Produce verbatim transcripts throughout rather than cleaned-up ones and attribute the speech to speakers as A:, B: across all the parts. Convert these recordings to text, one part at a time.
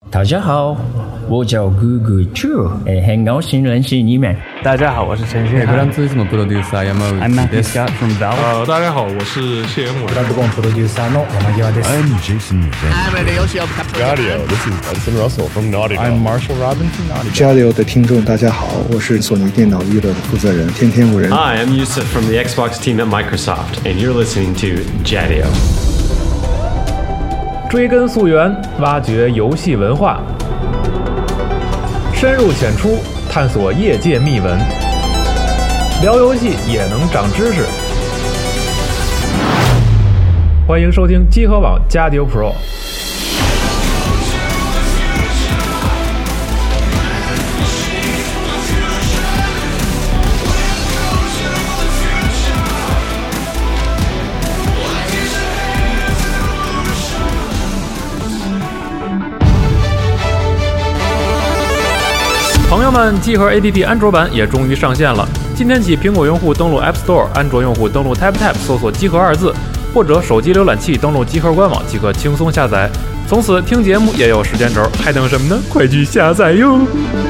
A: 大家好，我叫谷谷兔，哎，很高兴认识你们。
B: 大家好，我是陈迅。
C: フランツイズムプロデューサー山内
B: I'm Matthew
C: です。
B: Scott from Valve。
D: 呃，大家好，我是谢元伟。
E: プラットフォームプロデューサーの山際です。
F: I'm Jason Gadio. This is Hudson Russell from Naughty Dog.
G: I'm Marshall Robin from Naughty Dog.
E: Gadio 的听众大家好，我是索尼电脑娱乐的负责人天天无人。
H: Hi, I'm Yusuf from the Xbox team at Microsoft, and you're listening to Jadio.
I: 追根溯源，挖掘游戏文化，深入浅出，探索业界秘闻，聊游戏也能长知识。欢迎收听机核网加迪欧 Pro。朋友们，机核 A P P 安卓版也终于上线了。今天起，苹果用户登录 App Store， 安卓用户登录 TapTap 搜索机核二字，或者手机浏览器登录机核官网即可轻松下载。从此听节目也有时间轴，还等什么呢？快去下载哟！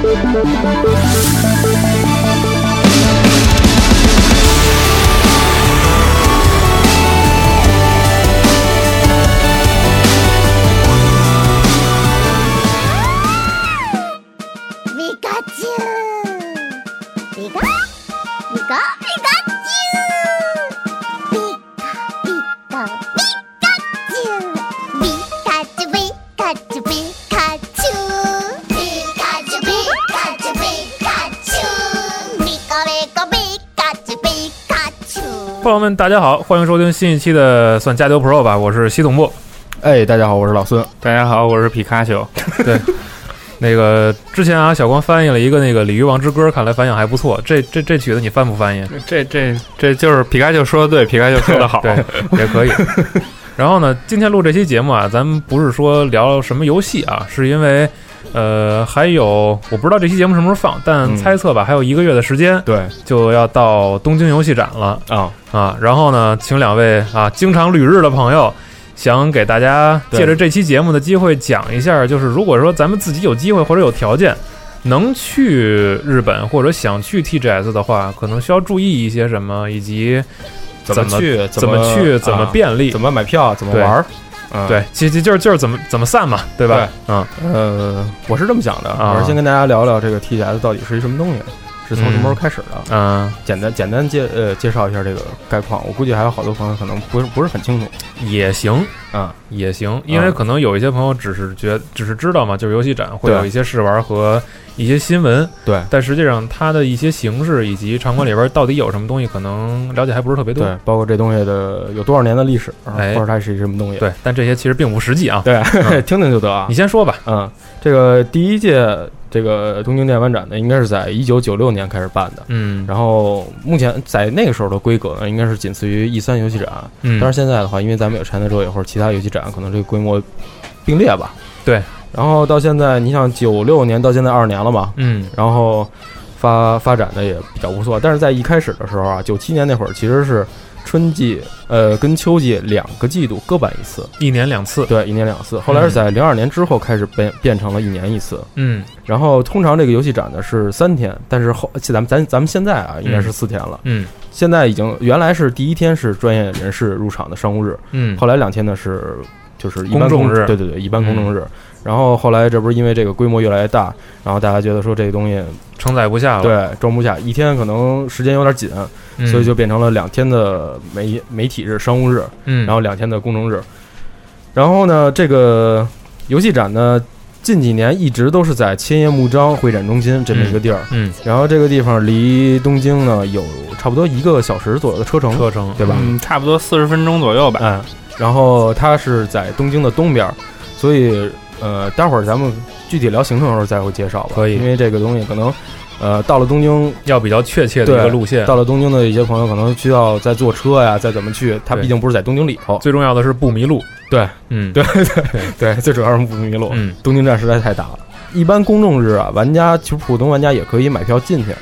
I: 朋友们，大家好，欢迎收听新一期的算加丢 Pro 吧，我是西总部。
C: 哎，大家好，我是老孙。
B: 大家好，我是皮卡丘。
I: 对，那个之前啊，小光翻译了一个那个《鲤鱼王之歌》，看来反响还不错。这这这曲子你翻不翻译？
B: 这这这就是皮卡丘说的对，皮卡丘说的好，
I: 对，也可以。然后呢，今天录这期节目啊，咱们不是说聊什么游戏啊，是因为。呃，还有我不知道这期节目什么时候放，但猜测吧，嗯、还有一个月的时间，
C: 对，
I: 就要到东京游戏展了啊啊！然后呢，请两位啊经常旅日的朋友，想给大家借着这期节目的机会讲一下，就是如果说咱们自己有机会或者有条件能去日本或者想去 T G S 的话，可能需要注意一些什么，以及
C: 怎么去、
I: 怎么去、怎么便利、
C: 啊、怎么买票、怎么玩。
I: 嗯、对，其实就是就是怎么怎么散嘛，对吧？
C: 对，嗯，呃，我是这么想的，啊、我是先跟大家聊聊这个 T G S 到底是一什么东西，是从什么时候开始的？
I: 嗯，
C: 简单简单介呃介绍一下这个概况，我估计还有好多朋友可能不是不是很清楚。
I: 也行
C: 啊、嗯，
I: 也行，因为可能有一些朋友只是觉只是知道嘛，就是游戏展会有一些试玩和一些新闻，
C: 对，
I: 但实际上它的一些形式以及场馆里边到底有什么东西，可能了解还不是特别多。
C: 对，包括这东西的有多少年的历史，
I: 哎，
C: 或者它是一什么东西。
I: 对，但这些其实并不实际啊。
C: 对，
I: 嗯、
C: 听听就得啊。
I: 你先说吧。
C: 嗯，这个第一届这个东京电玩展呢，应该是在一九九六年开始办的。
I: 嗯，
C: 然后目前在那个时候的规格呢，应该是仅次于 E 三游戏展。
I: 嗯，
C: 但是现在的话，因为咱们有 ChinaJoy或者其他游戏展，可能这个规模并列吧。
I: 对。
C: 然后到现在，你想九六年到现在二十年了嘛？
I: 嗯，
C: 然后发发展的也比较不错。但是在一开始的时候啊，九七年那会儿其实是春季呃跟秋季两个季度各办一次，
I: 一年两次。
C: 对，一年两次。后来是在零二年之后开始变变成了一年一次。
I: 嗯，
C: 然后通常这个游戏展呢是三天，但是后咱们咱咱们现在啊应该是四天了。
I: 嗯，
C: 现在已经原来是第一天是专业人士入场的商务日，
I: 嗯，
C: 后来两天呢是就是一般
I: 公众日，
C: 对对对，一般公众日。
I: 嗯，
C: 然后后来这不是因为这个规模越来越大，然后大家觉得说这个东西
I: 承载不下了，
C: 对，装不下，一天可能时间有点紧，
I: 嗯、
C: 所以就变成了两天的媒媒体日、商务日，
I: 嗯，
C: 然后两天的公众日。然后呢，这个游戏展呢，近几年一直都是在千叶幕张会展中心这么一个地儿，
I: 嗯，嗯
C: 然后这个地方离东京呢有差不多一个小时左右的车程，
I: 车程
C: 对吧？
B: 嗯，差不多四十分钟左右吧。
C: 嗯，然后它是在东京的东边，所以呃，待会儿咱们具体聊行程的时候再会介绍吧。
I: 可以，
C: 因为这个东西可能呃到了东京
I: 要比较确切的一个路线。
C: 到了东京的一些朋友可能需要再坐车呀，再怎么去，它毕竟不是在东京里头。
I: 最重要的是不迷路。
C: 对，
I: 嗯，
C: 对对对对，最主要是不迷路。
I: 嗯，
C: 东京站实在太大了。一般公众日啊，玩家其实普通玩家也可以买票进去。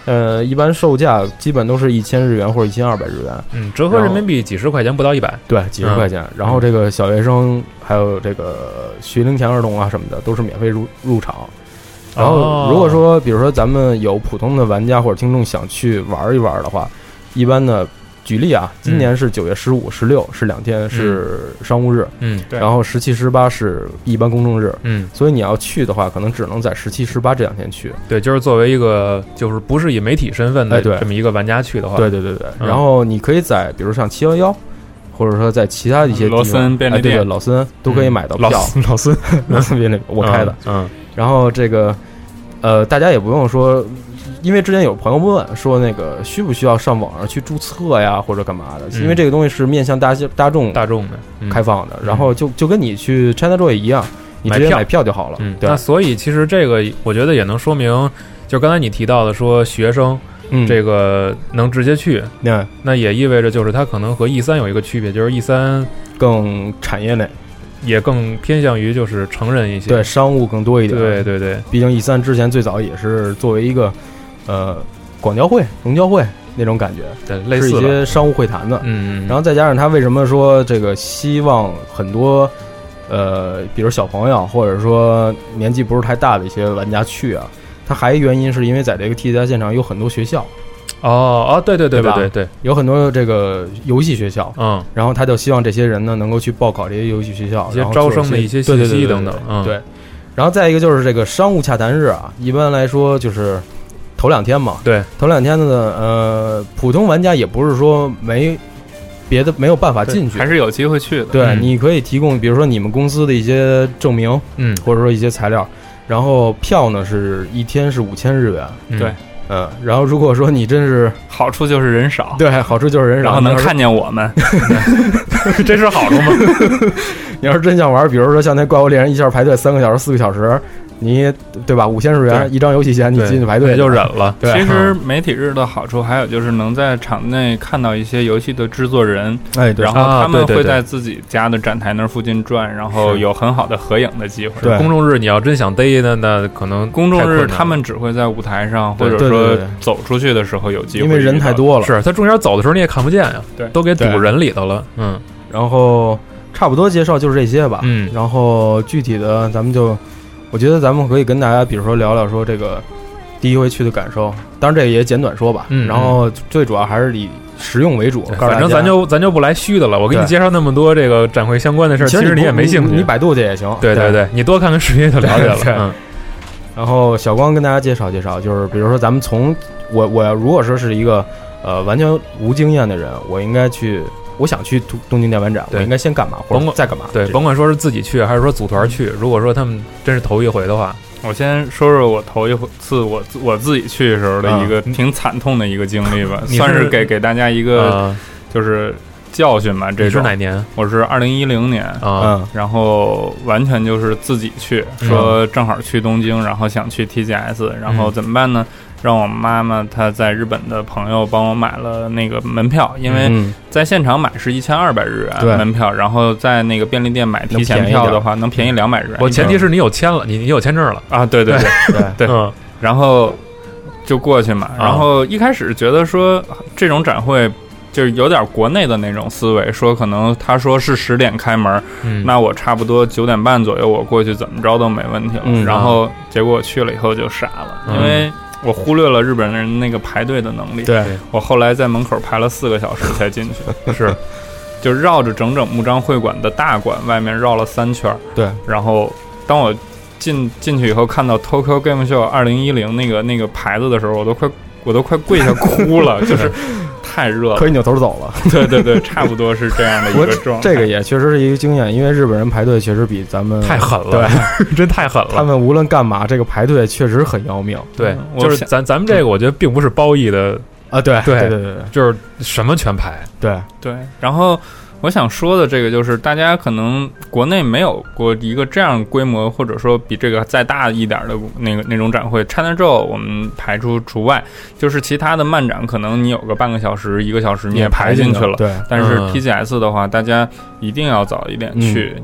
C: 呃，一般售价基本都是一千日元或者一千二百日元，
I: 嗯，折合人民币几十块钱不到一百，
C: 对，几十块钱。嗯、然后这个小学生还有这个学龄前儿童啊什么的都是免费入入场。然后如果说比如说咱们有普通的玩家或者听众想去玩一玩的话，一般呢。举例啊，今年是九月十五、十六是两天是商务日，
I: 嗯，对，
C: 然后十七、十八是一般公众日，
I: 嗯，
C: 所以你要去的话，可能只能在十七、十八这两天去。
I: 对，就是作为一个就是不是以媒体身份的这么一个玩家去的话，
C: 对对对对。然后你可以在比如像七幺幺，或者说在其他的一些地方，
B: 劳森便利店，
C: 哎、对对，劳森都可以买到票。
I: 嗯、老森，
C: 劳森便利，我开的，
I: 嗯。嗯
C: 然后这个，呃，大家也不用说。因为之前有朋友问说，那个需不需要上网上去注册呀，或者干嘛的？嗯、因为这个东西是面向大大众
I: 大众的、
C: 嗯、开放的，然后就就跟你去 ChinaJoy 一样，你直接买票就好了。
I: 嗯，
C: 对。
I: 那所以其实这个我觉得也能说明，就刚才你提到的说学生，嗯，这个能直接去，
C: 嗯，
I: 那也意味着就是它可能和 E 三有一个区别，就是 E 三
C: 更产业类。
I: 也更偏向于就是成人一些，
C: 对，商务更多一点。
I: 对对对，
C: 毕竟 E 三之前最早也是作为一个呃广交会、融交会那种感觉，
I: 对，类似
C: 是一些商务会谈的。
I: 嗯嗯。
C: 然后再加上他为什么说这个希望很多呃，比如小朋友或者说年纪不是太大的一些玩家去啊，他还一原因是因为在这个 T G S 现场有很多学校。
I: 哦哦，对对对
C: 对
I: 对对，
C: 有很多这个游戏学校，
I: 嗯，
C: 然后他就希望这些人呢能够去报考这些游戏学校，
I: 一些招生的一些信息等等，
C: 嗯，对。然后再一个就是这个商务洽谈日啊，一般来说就是头两天嘛，
I: 对，
C: 头两天的呃，普通玩家也不是说没别的没有办法进去，
B: 还是有机会去的。
C: 对，
I: 嗯、
C: 你可以提供比如说你们公司的一些证明，
I: 嗯，
C: 或者说一些材料，然后票呢是一天是五千日元，
B: 嗯、对。
C: 嗯，然后如果说你真是
B: 好处就是人少，
C: 对，好处就是人少，
B: 然后能看见我们，
I: 这是好处吗？
C: 你要是真想玩，比如说像那怪物猎人一下排队三个小时、四个小时，你对吧？五千日元一张游戏钱，你进去排队
I: 就忍了。
C: 对，
B: 其实媒体日的好处还有就是能在场内看到一些游戏的制作人，
C: 哎，对，
B: 然后他们会在自己家的展台那附近转，然后有很好的合影的机会。
C: 对，
I: 公众日你要真想逮呢，那可能
B: 公众日他们只会在舞台上，或者说走出去的时候有机会，
C: 因为人太多了。
I: 是他中间走的时候你也看不见呀，
B: 对，
I: 都给堵人里头了。嗯，
C: 然后差不多介绍就是这些吧。
I: 嗯，
C: 然后具体的咱们就。我觉得咱们可以跟大家，比如说聊聊说这个第一回去的感受，当然这个也简短说吧。
I: 嗯，
C: 然后最主要还是以实用为主。
I: 反正咱就咱就不来虚的了，我给你介绍那么多这个展会相关的事儿，其实你也没兴趣，
C: 你百度去也行。
I: 对对对，你多看看视频就了解了。嗯。
C: 然后小光跟大家介绍介绍，就是比如说咱们从我我要如果说是一个呃完全无经验的人，我应该去。我想去东京电玩展，我应该先干嘛，或者再干嘛？
I: 对，甭管说是自己去还是说组团去，如果说他们真是头一回的话，
B: 我先说说我头一次我我自己去的时候的一个挺惨痛的一个经历吧，
I: 嗯、
B: 算是给给大家一个就是教训吧。这
I: 是哪年？
B: 我是二零一零年
C: 啊，
B: 然后完全就是自己去，说正好去东京，然后想去 T G S， 然后怎么办呢？让我妈妈她在日本的朋友帮我买了那个门票，因为在现场买是一千二百日元门票，然后在那个便利店买提前票的话能便宜两百日元。
I: 我前提是你有签了，你你有签证了
B: 啊？对对对对对。嗯，然后就过去嘛。然后一开始觉得说这种展会就是有点国内的那种思维，说可能他说是十点开门，
I: 嗯、
B: 那我差不多九点半左右我过去怎么着都没问题了。
C: 嗯、
B: 然后结果去了以后就傻了，
I: 嗯、
B: 因为。我忽略了日本人那个排队的能力，
C: 对，
B: 我后来在门口排了四个小时才进去，
I: 是，
B: 就绕着整整木章会馆的大馆外面绕了三圈，
C: 对，
B: 然后当我进进去以后，看到 Tokyo Game Show 二零一零那个那个牌子的时候，我都快我都快跪下哭了，就是太热了，
C: 可以扭头走了。
B: 对对对，差不多是这样的一个状态。
C: 这个也确实是一个经验，因为日本人排队确实比咱们
I: 太狠了，
C: 对，
I: 真太狠了。
C: 他们无论干嘛，这个排队确实很要命。
I: 对，就是咱咱们这个，我觉得并不是褒义的
C: 啊，对
I: 对
C: 对对对，
I: 就是什么全排，
C: 对
B: 对，然后。我想说的这个就是，大家可能国内没有过一个这样规模，或者说比这个再大一点的那个那种展会。ChinaJoy我们排除除外，就是其他的漫展，可能你有个半个小时、一个小时你也排进去了。
C: 对，
B: 但是 T G S 的话，大家一定要早一点去。
C: 嗯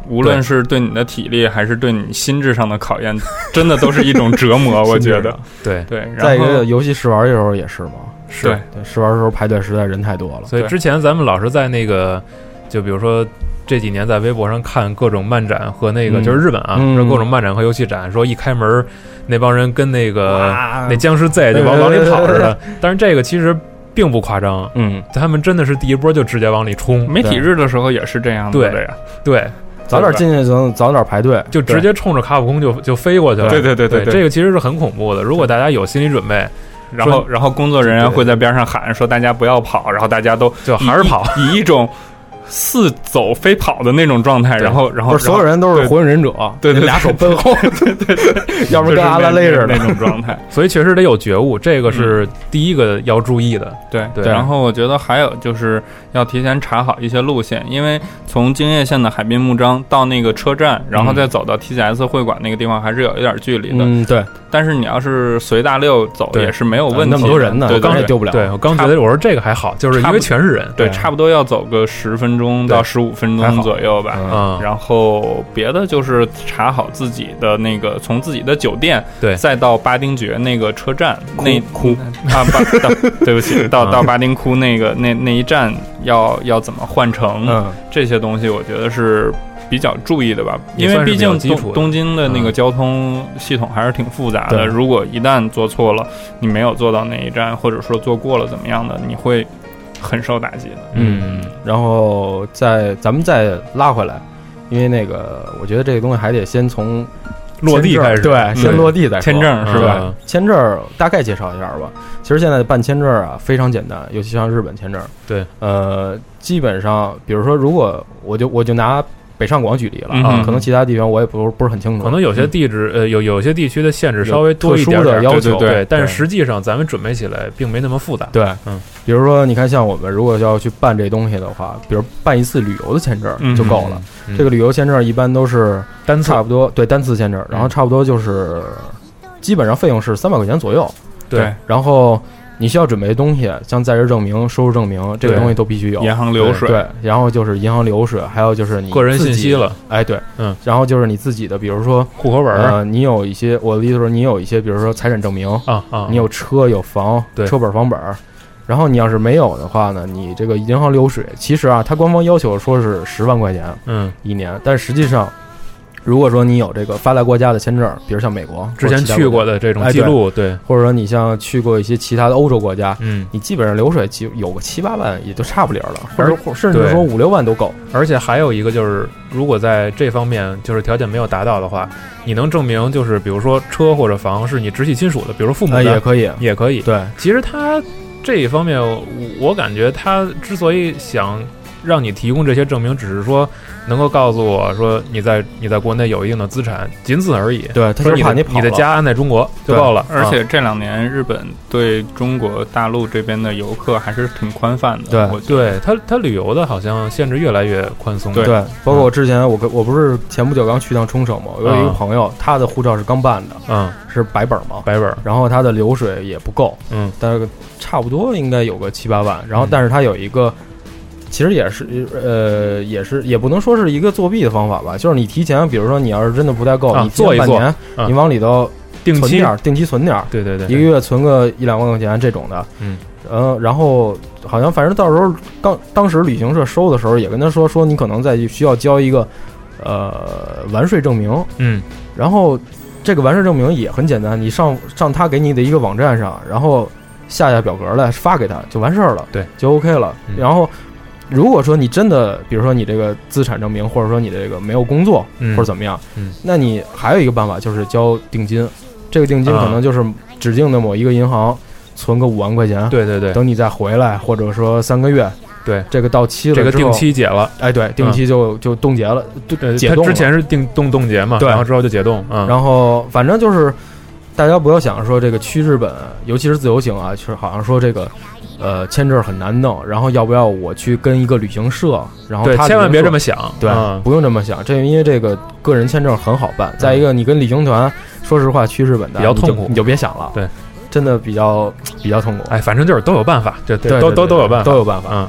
B: 无论是对你的体力还是对你心智上的考验，真的都是一种折磨。我觉得，
I: 对
B: 对。
C: 再一个，游戏试玩的时候也是嘛，
B: 是
C: 对对，试玩的时候排队实在人太多了。
I: 所以之前咱们老是在那个，就比如说这几年在微博上看各种漫展和那个、嗯、就是日本啊，嗯、各种漫展和游戏展，说一开门那帮人跟那个那僵尸 Z 就往往里跑似的。但是这个其实并不夸张，嗯，他们真的是第一波就直接往里冲。
B: 媒体日的时候也是这样子的呀，
I: 对。
C: 早点进去就早点排队，
I: 就直接冲着卡普空就就飞过去了。
B: 对对对
I: 对,
B: 对，
I: 这个其实是很恐怖的。如果大家有心理准备，
B: 然后然后工作人员会在边上喊说大家不要跑，然后大家都
I: 就还是跑，
B: 以一种似走非跑的那种状态，然后然后
C: 所有人都是火影忍者，
B: 对对，
C: 俩手奔后，
B: 对对对，
C: 要不然跟阿拉蕾似的
B: 那种状态。
I: 所以确实得有觉悟，这个是第一个要注意的。
B: 对
I: 对。
B: 然后我觉得还有就是要提前查好一些路线，因为从京叶线的海滨幕张到那个车站，然后再走到 T C S 会馆那个地方，还是有一点距离的。
C: 嗯，对。
B: 但是你要是随大溜走也是没有问题的，
C: 那么多人呢，
B: 对，
C: 刚也丢不了。
I: 对，我刚觉得我说这个还好，就是因为全是人，
B: 对，差不多要走个十分钟到十五分钟左右吧。
I: 嗯，
B: 然后别的就是查好自己的那个，从自己的酒店，
I: 对，
B: 再到巴丁爵那个车站那
C: 窟
B: 啊，到对不起，到到巴丁窟那个那那一站要要怎么换乘，
C: 嗯，
B: 这些东西我觉得是比较注意的吧，因为毕竟东东京的那个交通系统还是挺复杂的。如果一旦做错了，你没有坐到那一站，或者说做过了怎么样的，你会很受打击的。
C: 嗯，然后再咱们再拉回来，因为那个我觉得这个东西还得先从
I: 落地开始，
C: 对，嗯、先落地再说
B: 签证是吧？
C: 嗯、签证大概介绍一下吧。其实现在办签证啊非常简单，尤其像日本签证，
I: 对，
C: 呃，基本上比如说，如果我就我就拿北上广举例了啊，
B: 嗯、
C: 可能其他地方我也不是不是很清楚，
I: 可能有些地址、嗯、呃有有些地区的限制稍微多一点
C: 点的要求，
I: 对对对，
C: 对，
I: 但是实际上咱们准备起来并没那么复杂。
C: 对，
I: 嗯，
C: 比如说你看，像我们如果要去办这东西的话，比如办一次旅游的签证就够了。
I: 嗯、
C: 这个旅游签证一般都是
I: 单次，
C: 差不多对单次签证，然后差不多就是基本上费用是三百块钱左右。
I: 对，
C: 然后你需要准备的东西，像在职证明、收入证明，这个东西都必须有。
B: 银行流水，
C: 对，然后就是银行流水，还有就是你
I: 个人信息了。
C: 哎，对，
I: 嗯，
C: 然后就是你自己的，比如说
I: 户口本，
C: 呃，你有一些，我的意思是，你有一些，比如说财产证明
I: 啊啊，
C: 你有车有房，
I: 对，
C: 车本房本。然后你要是没有的话呢，你这个银行流水，其实啊，它官方要求说是十万块钱，
I: 嗯，
C: 一年，但实际上。如果说你有这个发达国家的签证，比如像美国
I: 之前去过的这种记录，哎、对, 对，
C: 或者说你像去过一些其他的欧洲国家，
I: 嗯，
C: 你基本上流水有个七八万也就差不离了，或者甚至说五六万都够。
I: 而且还有一个就是，如果在这方面就是条件没有达到的话，你能证明就是比如说车或者房是你直系亲属的，比如说父母的、
C: 呃、也可以，
I: 也可以。
C: 对，
I: 其实他这一方面，我感觉他之所以想让你提供这些证明，只是说能够告诉我说你在你在国内有一定的资产，仅此而已。
C: 对，他就是
I: 怕你你的家安在中国就够了。
B: 而且这两年日本对中国大陆这边的游客还是挺宽泛的。
C: 对，
I: 对他他旅游的好像限制越来越宽松。
C: 对，对包括我之前我跟我不是前不久刚去趟冲绳嘛，我有一个朋友，他的护照是刚办的，
I: 嗯，
C: 是白本嘛，
I: 白本，
C: 然后他的流水也不够，
I: 嗯，
C: 但是差不多应该有个七八万，然后但是他有一个。其实也是，呃，也是，也不能说是一个作弊的方法吧。就是你提前，比如说你要是真的不太够，
I: 啊、
C: 你做
I: 一
C: 半年，
I: 啊、
C: 你往里头
I: 定期
C: 点，定期存点，
I: 对对对，
C: 一个月存个一两万块钱这种的，
I: 嗯，
C: 呃，然后好像反正到时候刚当时旅行社收的时候也跟他说说你可能在需要交一个呃完税证明，
I: 嗯，
C: 然后这个完税证明也很简单，你上上他给你的一个网站上，然后下下表格来发给他就完事儿了，
I: 对，
C: 就 OK 了，
I: 嗯、
C: 然后。如果说你真的，比如说你这个资产证明，或者说你这个没有工作，
I: 嗯、
C: 或者怎么样，
I: 嗯，
C: 那你还有一个办法就是交定金，这个定金可能就是指定的某一个银行存个五万块钱，
I: 对对对，
C: 等你再回来，或者说三个月，
I: 对，
C: 这个到期了之后，
I: 这个定期解了，
C: 哎，对，定期就、嗯、就冻结了，
I: 对，
C: 解冻了。
I: 它之前是定冻冻结嘛，
C: 对，
I: 然后之后就解冻，嗯，
C: 然后反正就是。大家不要想说这个去日本，尤其是自由行啊，就是好像说这个，呃，签证很难弄，然后要不要我去跟一个旅行社，然后
I: 对，千万别这么想，
C: 对，
I: 嗯、
C: 不用这么想，这因为这个个人签证很好办。再一个，你跟旅行团，说实话去日本的
I: 比较痛苦，
C: 你就别想了，
I: 对，
C: 真的比较比较痛苦。
I: 哎，反正就是都有办法，对
C: 对，
I: 都都都有办法，
C: 都有办法。
I: 嗯，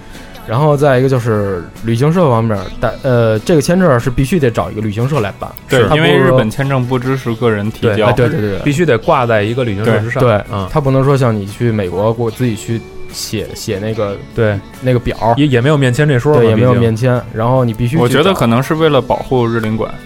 C: 然后再一个就是旅行社方面，但呃，这个签证是必须得找一个旅行社来办。
B: 对，因为日本签证不支持个人提交，
C: 对对对对，
I: 必须得挂在一个旅行社之上。
C: 对，
I: 嗯，
C: 他不能说像你去美国，我自己去写写那个
I: 对
C: 那个表，
I: 也也没有面签这说，
C: 对，也没有面签。然后你必须，
B: 我觉得可能是为了保护日领馆。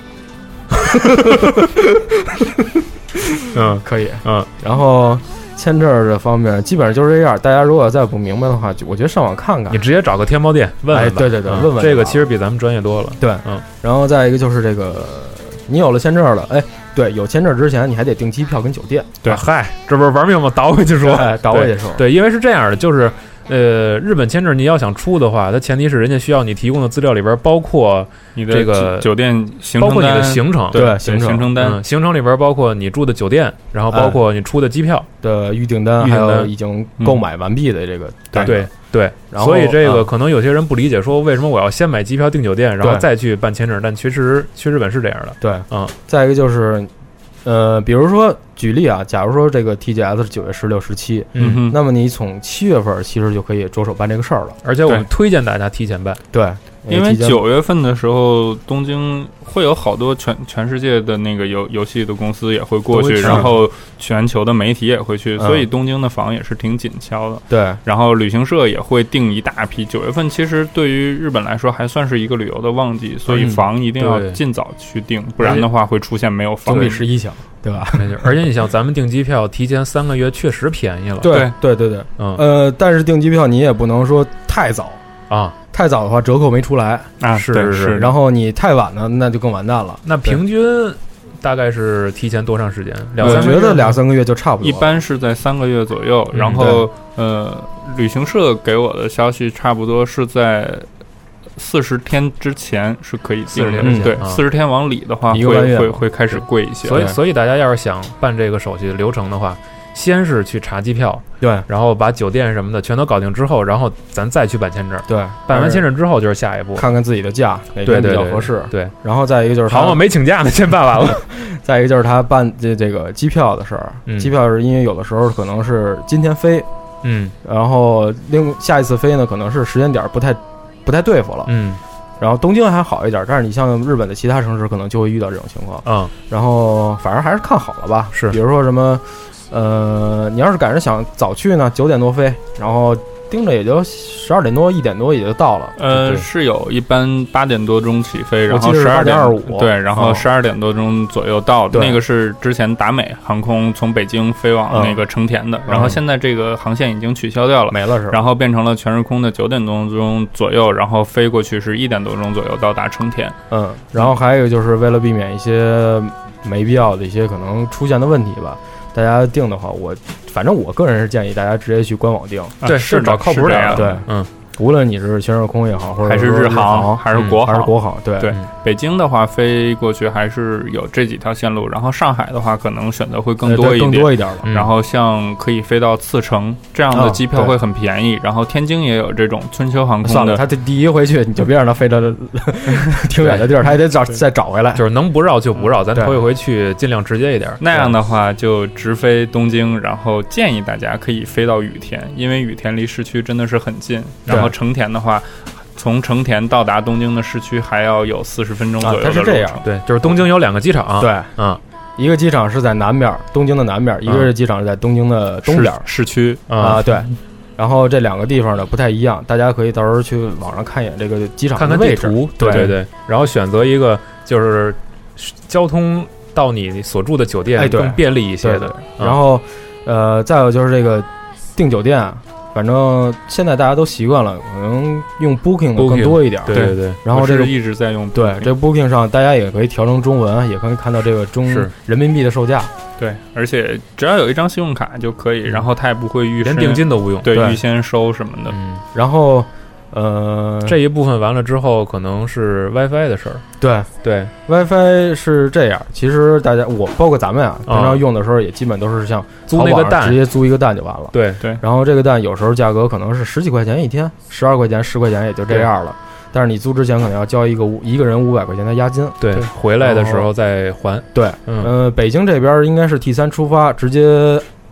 C: 嗯，可以，嗯，然后。签证这方面基本上就是这样，大家如果再不明白的话，我觉得上网看看，
I: 你直接找个天猫店问问吧。
C: 哎，对对对，
I: 嗯、
C: 问问
I: 这个其实比咱们专业多了。
C: 对，嗯。然后再一个就是这个，你有了签证了，哎，对，有签证之前你还得订机票跟酒店。
I: 对，啊、嗨，这不是玩命吗？倒回去说，
C: 哎，倒回去说。
I: 对，因为是这样的，就是。呃，日本签证你要想出的话，它前提是人家需要你提供的资料里边包括
B: 你的
I: 这个
B: 酒店行程
I: 包括你的行程，
B: 对
C: 行
B: 程行程单、
I: 嗯，行程里边包括你住的酒店，然后包括你出的机票
C: 的预订单，还有已经购买完毕的这个单。
I: 对对，所以这个可能有些人不理解，说为什么我要先买机票订酒店，然后再去办签证？但其实去日本是这样的。
C: 对，
I: 嗯，
C: 再一个就是。呃，比如说举例啊，假如说这个 T G S 是九月十六、十七，
I: 嗯哼，
C: 那么你从七月份其实就可以着手办这个事儿了。
I: 而且我们推荐大家提前办，
C: 对，
B: 因为九月份的时候，东京会有好多全全世界的那个游游戏的公司也会过去，然后全球的媒体也会去，所以东京的房也是挺紧俏的。
C: 对，
B: 然后旅行社也会订一大批。九月份其实对于日本来说还算是一个旅游的旺季，所以房一定要尽早去订，不然的话会出现没有房。
C: 总比十一强。对吧？
I: 而且你想，咱们订机票提前三个月确实便宜了。
C: 对对对对，嗯呃，但是订机票你也不能说太早
I: 啊，
C: 太早的话折扣没出来
B: 啊，
I: 是
B: 是
C: 是。然后你太晚了，那就更完蛋了。
I: 那平均大概是提前多长时间？两
C: 我觉得两三个月就差不多，
B: 一般是在三个月左右。然后呃，旅行社给我的消息差不多是在。四十天之前是可以订的，
I: 嗯、
B: 对，四十、啊、天往里的话会会会开始贵一些。
I: 所以所以大家要是想办这个手续流程的话，先是去查机票，
C: 对，
I: 然后把酒店什么的全都搞定之后，然后咱再去办签证。
C: 对，
I: 办完签证之后就是下一步，
C: 看看自己的假哪边比较合适。
I: 对，
C: 然后再一个就是
I: 好嘛，没请假呢，先办完了。
C: 再一个就是他办这这个机票的事儿，
I: 嗯、
C: 机票是因为有的时候可能是今天飞，
I: 嗯，
C: 然后另下一次飞呢，可能是时间点不太不太对付了，
I: 嗯。
C: 然后东京还好一点，但是你像日本的其他城市可能就会遇到这种情况。
I: 嗯，
C: 然后反正还是看好了吧。
I: 是，
C: 比如说什么，呃，你要是赶上想早去呢，九点多飞，然后盯着也就十二点多、一点多也就到了。
B: 呃，是有一般八点多钟起飞，然后十二点
C: 二五，
B: 对，然后十二点多钟左右到。
C: 哦、
B: 那个是之前达美航空从北京飞往那个成田的，
C: 嗯、
B: 然后现在这个航线已经取消掉了，
C: 没了是吧？
B: 然后变成了全日空的九点多钟左右，然后飞过去是一点多钟左右到达成田。
C: 嗯，然后还有就是为了避免一些没必要的一些可能出现的问题吧。大家订的话，我反正我个人是建议大家直接去官网订，
I: 对，是找靠谱点。
C: 对，
I: 嗯，
C: 无论你是全日空也好，或者
B: 还是日航，还是国航，
C: 还是国航，对
B: 对。北京的话飞过去还是有这几条线路，然后上海的话可能选择会更多一点，
C: 更多一点了。
B: 然后像可以飞到茨城这样的机票会很便宜，然后天津也有这种春秋航空的。
C: 算了，他这第一回去你就别让他飞到挺远的地儿，他还得找再找回来。
I: 就是能不绕就不绕，咱头一回去尽量直接一点。
B: 那样的话就直飞东京，然后建议大家可以飞到羽田，因为羽田离市区真的是很近。然后成田的话。从成田到达东京的市区还要有四十分钟左右的路程。
C: 它是这样，
I: 对，就是东京有两个机场，
C: 对，
I: 嗯，
C: 一个机场是在南边，东京的南边；一个是机场是在东京的东边，
B: 市区
C: 啊，对。然后这两个地方呢不太一样，大家可以到时候去网上看一眼这个机场
I: 看看地图，对对对，然后选择一个就是交通到你所住的酒店更便利一些的。
C: 然后，呃，再有就是这个订酒店。反正现在大家都习惯了，可能用 Booking 的更多一点。
I: 对对对。
C: 然后这个
B: 一直在用。
C: 对，这 Booking 上大家也可以调成中文，也可以看到这个中人民币的售价。
B: 对，而且只要有一张信用卡就可以，然后它也不会预
I: 连定金都不用，
B: 对，预先收什么的。
I: 嗯。
C: 然后，呃，
I: 这一部分完了之后，可能是 WiFi 的事儿。
C: 对
I: 对
C: ，WiFi 是这样。其实大家我包括咱们啊，平常用的时候也基本都是像
I: 租那个蛋，
C: 直接租一个蛋就完了。
I: 对
B: 对。
C: 然后这个蛋有时候价格可能是十几块钱一天，十二块钱、十块钱也就这样了。但是你租之前可能要交一个一个人五百块钱的押金。
I: 对，回来的时候再还。
C: 对，嗯、呃，北京这边应该是 T 三出发，直接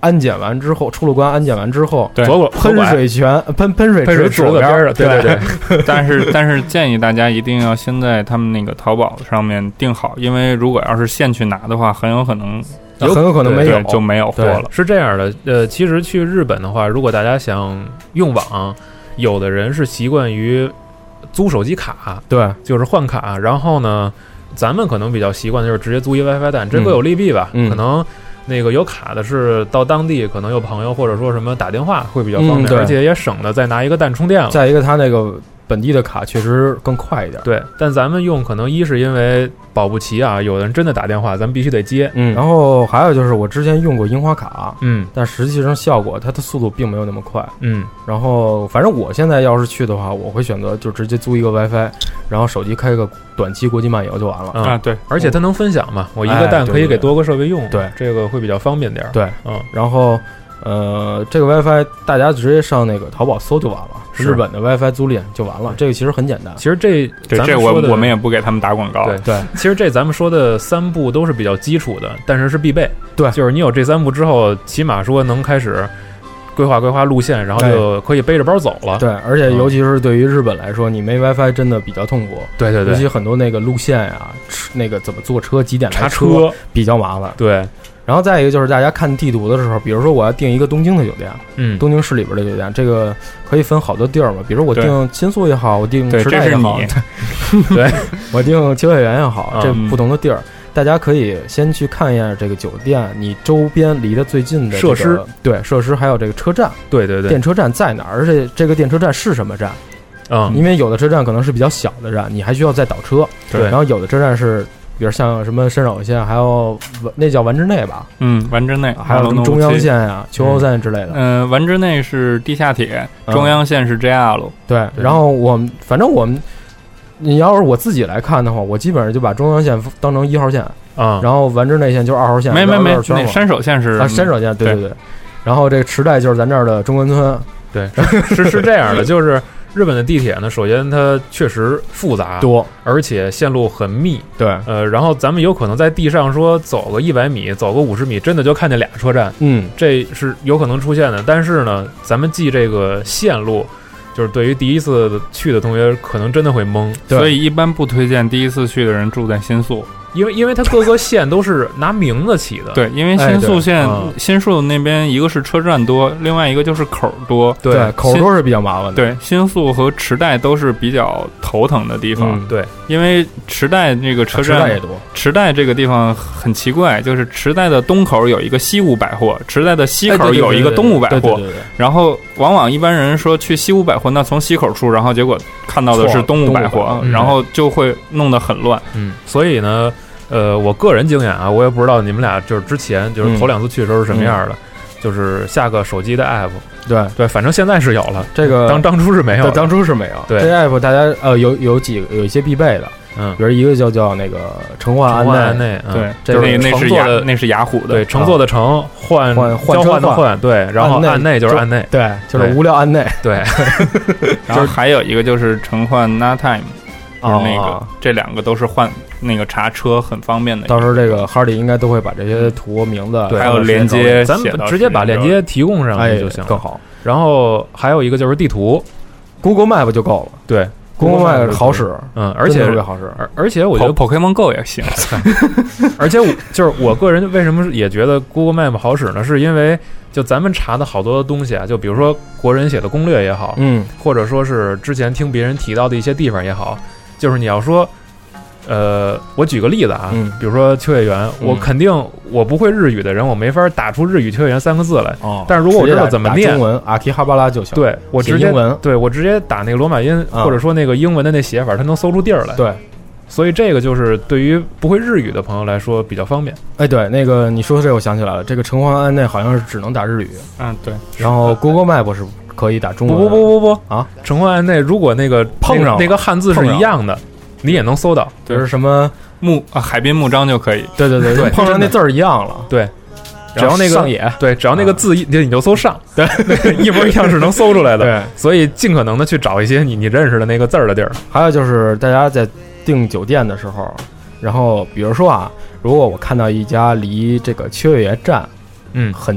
C: 安检完之后，出了关安检完之后，
B: 对，
C: 左拐喷水泉喷喷水池左边
I: 儿，对对
B: 对。但是但是建议大家一定要先在他们那个淘宝上面订好，因为如果要是现去拿的话，很有可能。
C: 有很有可能没有，
B: 就没有货了。
I: 是这样的，呃，其实去日本的话，如果大家想用网，有的人是习惯于租手机卡，
C: 对，
I: 就是换卡。然后呢，咱们可能比较习惯就是直接租一 WiFi 蛋，这各有利弊吧。
C: 嗯、
I: 可能那个有卡的是到当地，可能有朋友或者说什么打电话会比较方便，
C: 嗯、
I: 而且也省得再拿一个蛋充电了。
C: 再一个，他那个本地的卡确实更快一点。
I: 对，但咱们用可能一是因为保不齐啊，有人真的打电话，咱们必须得接。
C: 嗯，然后还有就是我之前用过樱花卡，
I: 嗯，
C: 但实际上效果它的速度并没有那么快。
I: 嗯，
C: 然后反正我现在要是去的话，我会选择就直接租一个 WiFi， 然后手机开个短期国际漫游就完了。
I: 嗯、
B: 啊，对，
I: 而且它能分享嘛，我一个蛋可以给多个设备用，
C: 哎、对, 对，
I: 这个会比较方便点。
C: 对，
I: 嗯，
C: 然后。呃，这个 WiFi 大家直接上那个淘宝搜就完了，日本的 WiFi 租赁就完了，这个其实很简单。
I: 其实这
B: 对这我我们也不给他们打广告。
I: 对
C: 对，
I: 其实这咱们说的三步都是比较基础的，但是是必备。
C: 对，
I: 就是你有这三步之后，起码说能开始规划规划路线，然后就可以背着包走了。
C: 对，而且尤其是对于日本来说，你没 WiFi 真的比较痛苦。
I: 对对对，
C: 尤其很多那个路线呀，那个怎么坐车、几点来
I: 查
C: 车比较麻烦。
I: 对。
C: 然后再一个就是大家看地图的时候，比如说我要订一个东京的酒店，
I: 嗯，
C: 东京市里边的酒店，这个可以分好多地儿嘛。比如我订新宿也好，我订池袋也好，
I: 对，
C: 我订秋叶原也好，
I: 嗯、
C: 这不同的地儿，大家可以先去看一下这个酒店，你周边离得最近的、这个、
I: 设施，
C: 对设施，还有这个车站，
I: 对对对，
C: 电车站在哪儿？而且这个电车站是什么站？
I: 嗯，
C: 因为有的车站可能是比较小的站，你还需要再倒车。
I: 对，
C: 然后有的车站是。比如像什么深手线，还有那叫丸之内吧，
B: 嗯，丸之内，
C: 还有什么中央线呀、秋后线之类的。
B: 嗯，丸之内是地下铁，中央线是 J R 路。
C: 对，然后我们反正我们，你要是我自己来看的话，我基本上就把中央线当成一号线
I: 啊，
C: 然后丸之内线就是二号线。
B: 没没没，那山手线是
C: 啊，山手线，对对对。然后这个池袋就是咱这儿的中关村。
I: 对，是是这样的，就是。日本的地铁呢，首先它确实复杂
C: 多，
I: 而且线路很密。
C: 对，
I: 呃，然后咱们有可能在地上说走个一百米，走个五十米，真的就看见俩车站。
C: 嗯，
I: 这是有可能出现的。但是呢，咱们记这个线路，就是对于第一次去的同学，可能真的会懵。
B: 所以一般不推荐第一次去的人住在新宿。
I: 因为因为它各个线都是拿名字起的，
B: 对，因为新宿线、
C: 哎嗯、
B: 新宿那边一个是车站多，另外一个就是口多，
C: 对，对口多是比较麻烦的。
B: 对，新宿和池袋都是比较头疼的地方。
I: 嗯、对，
B: 因为池袋这个车站，
C: 池袋也多。
B: 池袋这个地方很奇怪，就是池袋的东口有一个西武百货，池袋的西口有一个东武百货，然后往往一般人说去西武百货，那从西口出，然后结果看到的是东武百货，
C: 嗯、
B: 然后就会弄得很乱。
I: 嗯，所以呢。呃，我个人经验啊，我也不知道你们俩就是之前就是头两次去的时候是什么样的，嗯、就是下个手机的 app，
C: 对
I: 对，反正现在是有了，
C: 这个
I: 当当初是没有，
C: 对，当初是没有。
I: 对，
C: 这 app 大家呃有有几个有一些必备的，
I: 嗯，
C: 比如一个叫叫那个橙换安
I: 内，安内，
B: 对，
I: 这
B: 那那是雅
I: 的
B: 那是雅虎的，
I: 对，乘坐的乘换
C: 换
I: 交换的换，对，然后安内就是安内，
C: 对，就是无聊安内，
I: 对，
B: 然后还有一个就是乘换 Natime。就是那个，
C: 哦、
B: 这两个都是换那个查车很方便的。
C: 到时候这个哈里应该都会把这些图名字，
I: 对，
B: 还有连接，
I: 咱们直接把链接提供上去就行了，
C: 哎、更好。
I: 然后还有一个就是地图
C: ，Google Map 就够了。
I: 对
C: ，Google Map 好使，
I: 嗯，而且
C: 特别好使。
I: 而而且我觉得
B: Pokemon Go 也行。
I: 而且我就是我个人为什么也觉得 Google Map 好使呢？是因为就咱们查的好多东西啊，就比如说国人写的攻略也好，
C: 嗯，
I: 或者说是之前听别人提到的一些地方也好。就是你要说，呃，我举个例子啊，
C: 嗯、
I: 比如说秋叶原，嗯、我肯定我不会日语的人，我没法打出日语秋叶原三个字来。
C: 哦，
I: 但是如果我知道怎么念
C: 中文阿基哈巴拉就行。
I: 对，我直接
C: 英文，
I: 对我直接打那个罗马音，
C: 啊、
I: 或者说那个英文的那写法，它能搜出地儿来。
C: 对，
I: 所以这个就是对于不会日语的朋友来说比较方便。
C: 哎，对，那个你说这我想起来了，这个城隍安内好像是只能打日语。
B: 嗯，对。
C: 然后 Google Map 是可以打中文。
I: 不不不不不
C: 啊，
I: 城隍安内如果那个
C: 碰上、那
I: 个、那个汉字是一样的。你也能搜到，
C: 就是什么
B: 木啊海滨木章就可以。
C: 对对对对，碰上那字儿一样了。
I: 对，只要那个
C: 上野，
I: 对，只要那个字一、
C: 啊、
I: 你就搜上，
C: 对，
I: 一模一样是能搜出来的。
C: 对，
I: 所以尽可能的去找一些你你认识的那个字儿的地儿。
C: 还有就是大家在订酒店的时候，然后比如说啊，如果我看到一家离这个秋叶原站，
I: 嗯，
C: 很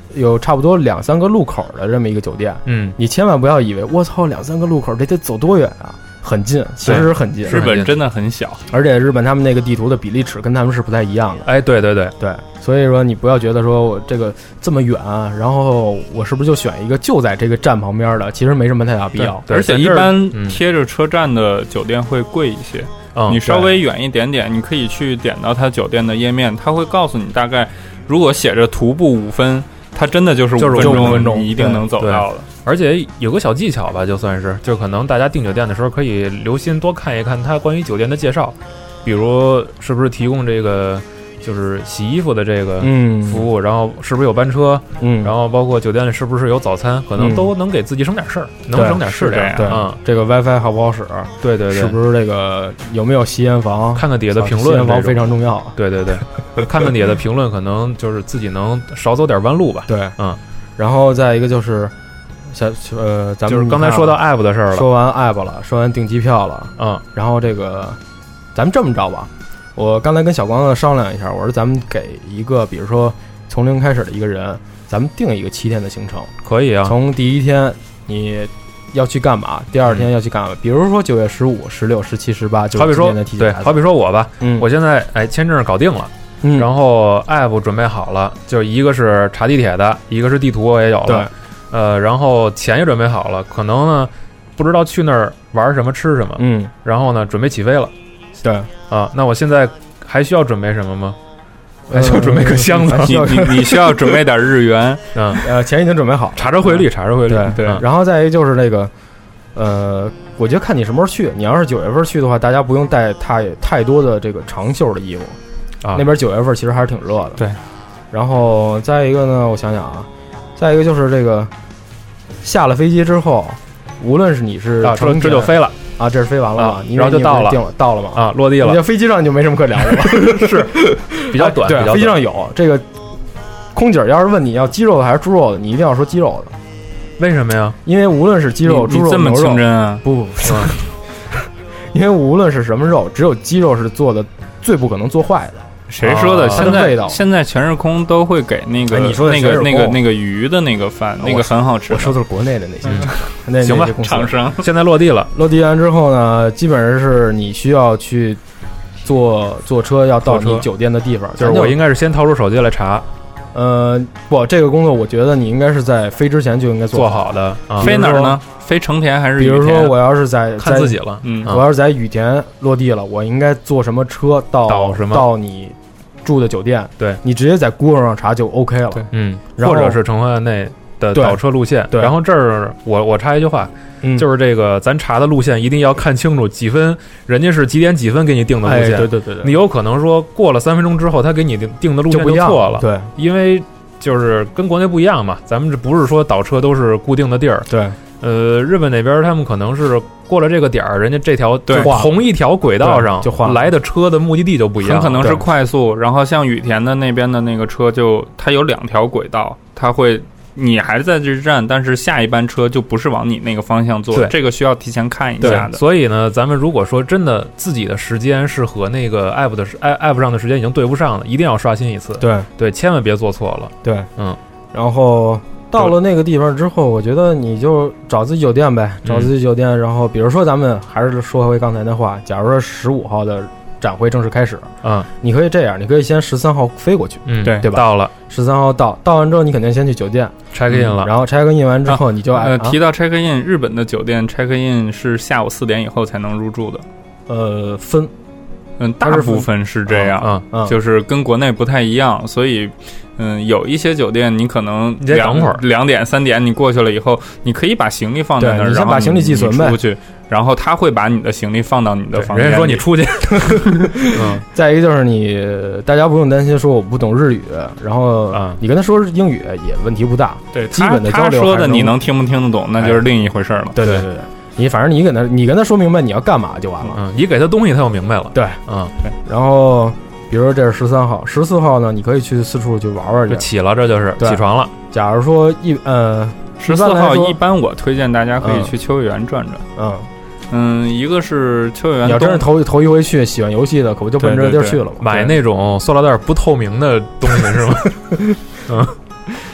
C: 有差不多两三个路口的这么一个酒店。
I: 嗯，
C: 你千万不要以为我操两三个路口这得走多远啊，很近，其实很近。
B: 日本真的很小，
C: 而且日本他们那个地图的比例尺跟他们是不太一样的。
I: 哎，对对对
C: 对，所以说你不要觉得说我这个这么远，然后我是不是就选一个就在这个站旁边的？其实没什么太大必要。
B: 而且一般贴着车站的酒店会贵一些。
I: 嗯，
B: 你稍微远一点点，你可以去点到它酒店的页面，它会告诉你大概，如果写着徒步五分，它真的就是五分钟，
C: 五分钟
B: 你一定能走到的。
I: 而且有个小技巧吧，就算是，就可能大家订酒店的时候可以留心多看一看它关于酒店的介绍，比如是不是提供这个就是洗衣服的这个服务，
C: 嗯、
I: 然后是不是有班车，
C: 嗯，
I: 然后包括酒店里是不是有早餐，可能都能给自己省点事儿，嗯、能省点事
C: 儿。对，
I: 嗯，
C: 这个 WiFi 好不好使？
I: 对对对，
C: 是不是这个有没有吸烟房？
I: 看看底下的评论，
C: 吸烟房非常重要。
I: 对对对，看看底下的评论，可能就是自己能少走点弯路吧。
C: 对，
I: 嗯，
C: 然后再一个就是。像呃，咱们
I: 就是刚才说到 app 的事儿了，
C: 说完 app 了，说完订机票了，
I: 嗯，
C: 然后这个，咱们这么着吧，我刚才跟小光子商量一下，我说咱们给一个，比如说从零开始的一个人，咱们定一个七天的行程，
I: 可以啊。
C: 从第一天你要去干嘛，第二天要去干嘛？嗯、比如说九月十五、十六、十七、十八，
I: 好比说对，好比说我吧，
C: 嗯，
I: 我现在哎签证搞定了。
C: 嗯，
I: 然后 app 准备好了，就一个是查地铁的，一个是地图我也有了。
C: 对。
I: 呃，然后钱也准备好了，可能呢不知道去那儿玩什么吃什么，
C: 嗯，
I: 然后呢准备起飞了，
C: 对
I: 啊，那我现在还需要准备什么吗？还需要准备个箱子，
B: 你你你需要准备点日元，
C: 嗯呃，钱已经准备好，
I: 查查汇率，查查汇率，
C: 对对。然后再一个就是那个，呃，我觉得看你什么时候去，你要是九月份去的话，大家不用带太太多的这个长袖的衣服，
I: 啊，
C: 那边九月份其实还是挺热的，
I: 对。
C: 然后再一个呢，我想想啊。再一个就是这个，下了飞机之后，无论是你是
I: 啊，这这就飞了
C: 啊，这是飞完了
I: 啊，然后就到了，
C: 定了到了嘛
I: 啊，落地了。
C: 你在飞机上就没什么可聊的了，
I: 是比较短。
C: 对，飞机上有这个空姐要是问你要鸡肉的还是猪肉的，你一定要说鸡肉的。
I: 为什么呀？
C: 因为无论是鸡肉、猪肉、
B: 这么清真啊？
C: 不不不，因为无论是什么肉，只有鸡肉是做的最不可能做坏的。
B: 谁说的？现在现在全日空都会给那个
C: 你说
B: 那个那个那个鱼的那个饭，那个很好吃。
C: 我说的是国内的那些，那
I: 行吧，
B: 厂商
I: 现在落地了。
C: 落地完之后呢，基本上是你需要去坐坐车要到你酒店的地方，
I: 就是我应该是先掏出手机来查。
C: 呃，不，这个工作我觉得你应该是在飞之前就应该
I: 做
C: 好
I: 好的。
B: 啊、飞哪儿呢？飞成田还是
C: 羽田？比如说我要是在
I: 看自己了，
C: 嗯，我要是在羽田落地了，我应该坐什么车到
I: 到什么
C: 到你住的酒店？
I: 对，
C: 你直接在 Google 上查就 OK 了。
I: 对，嗯，或者是城环内的导车路线。
C: 对，
I: 然后这儿我我插一句话。
C: 嗯、
I: 就是这个，咱查的路线一定要看清楚几分，人家是几点几分给你定的路线。
C: 哎、对对对对，
I: 你有可能说过了三分钟之后，他给你定的路线
C: 就
I: 错了。
C: 对，
I: 因为就是跟国内不一样嘛，咱们这不是说导车都是固定的地儿。
C: 对，
I: 呃，日本那边他们可能是过了这个点儿，人家这条
B: 对
I: 同一条轨道上
C: 就换
I: 来的车的目的地就不一样，
B: 很可能是快速。然后像羽田的那边的那个车就，就它有两条轨道，它会。你还在这站，但是下一班车就不是往你那个方向坐，这个需要提前看一下的。
I: 所以呢，咱们如果说真的自己的时间是和那个 app 的 app 上的时间已经对不上了，一定要刷新一次。
C: 对
I: 对，千万别做错了。
C: 对，
I: 嗯。
C: 然后到了那个地方之后，我觉得你就找自己酒店呗，找自己酒店。嗯、然后比如说咱们还是说回刚才那话，假如说十五号的展会正式开始，
I: 嗯，
C: 你可以这样，你可以先十三号飞过去，
I: 嗯，
C: 对对吧？
I: 到了
C: 十三号到，到完之后你肯定先去酒店
I: check in 了，
C: 嗯、然后 check in 完之后你就
B: 呃、
C: 啊、
B: 提到 check in， 日本的酒店 check in 是下午四点以后才能入住的，
C: 呃，分，
B: 嗯，大部分是这样，
C: 嗯，嗯
B: 就是跟国内不太一样，所以。嗯，有一些酒店你可能
I: 你得等会儿，
B: 两点三点你过去了以后，你可以把行李放在那儿，
C: 你先把行李寄存呗，
B: 出去，然后他会把你的行李放到你的房间。
I: 人家说你出去。
C: 嗯，再一个就是你，大家不用担心说我不懂日语，然后你跟他说英语也问题不大，
B: 对，
C: 基本的交流。
B: 他说的你能听不听得懂，那就是另一回事了。
C: 对对对对，你反正你跟他，你跟他说明白你要干嘛就完了。
I: 嗯，你给他东西他就明白了。
C: 对，
I: 嗯，
C: 对，然后。比如说这是十三号，十四号呢，你可以去四处去玩玩去。
I: 就起了，这就是起床了。
C: 假如说一呃，
B: 十四号一般我推荐大家可以去秋叶原转转。
C: 嗯
B: 嗯，一个是秋叶原，
C: 你要真是头头一回去，喜欢游戏的，可不就奔这地儿去了吗？
I: 买那种塑料袋不透明的东西是吗？嗯。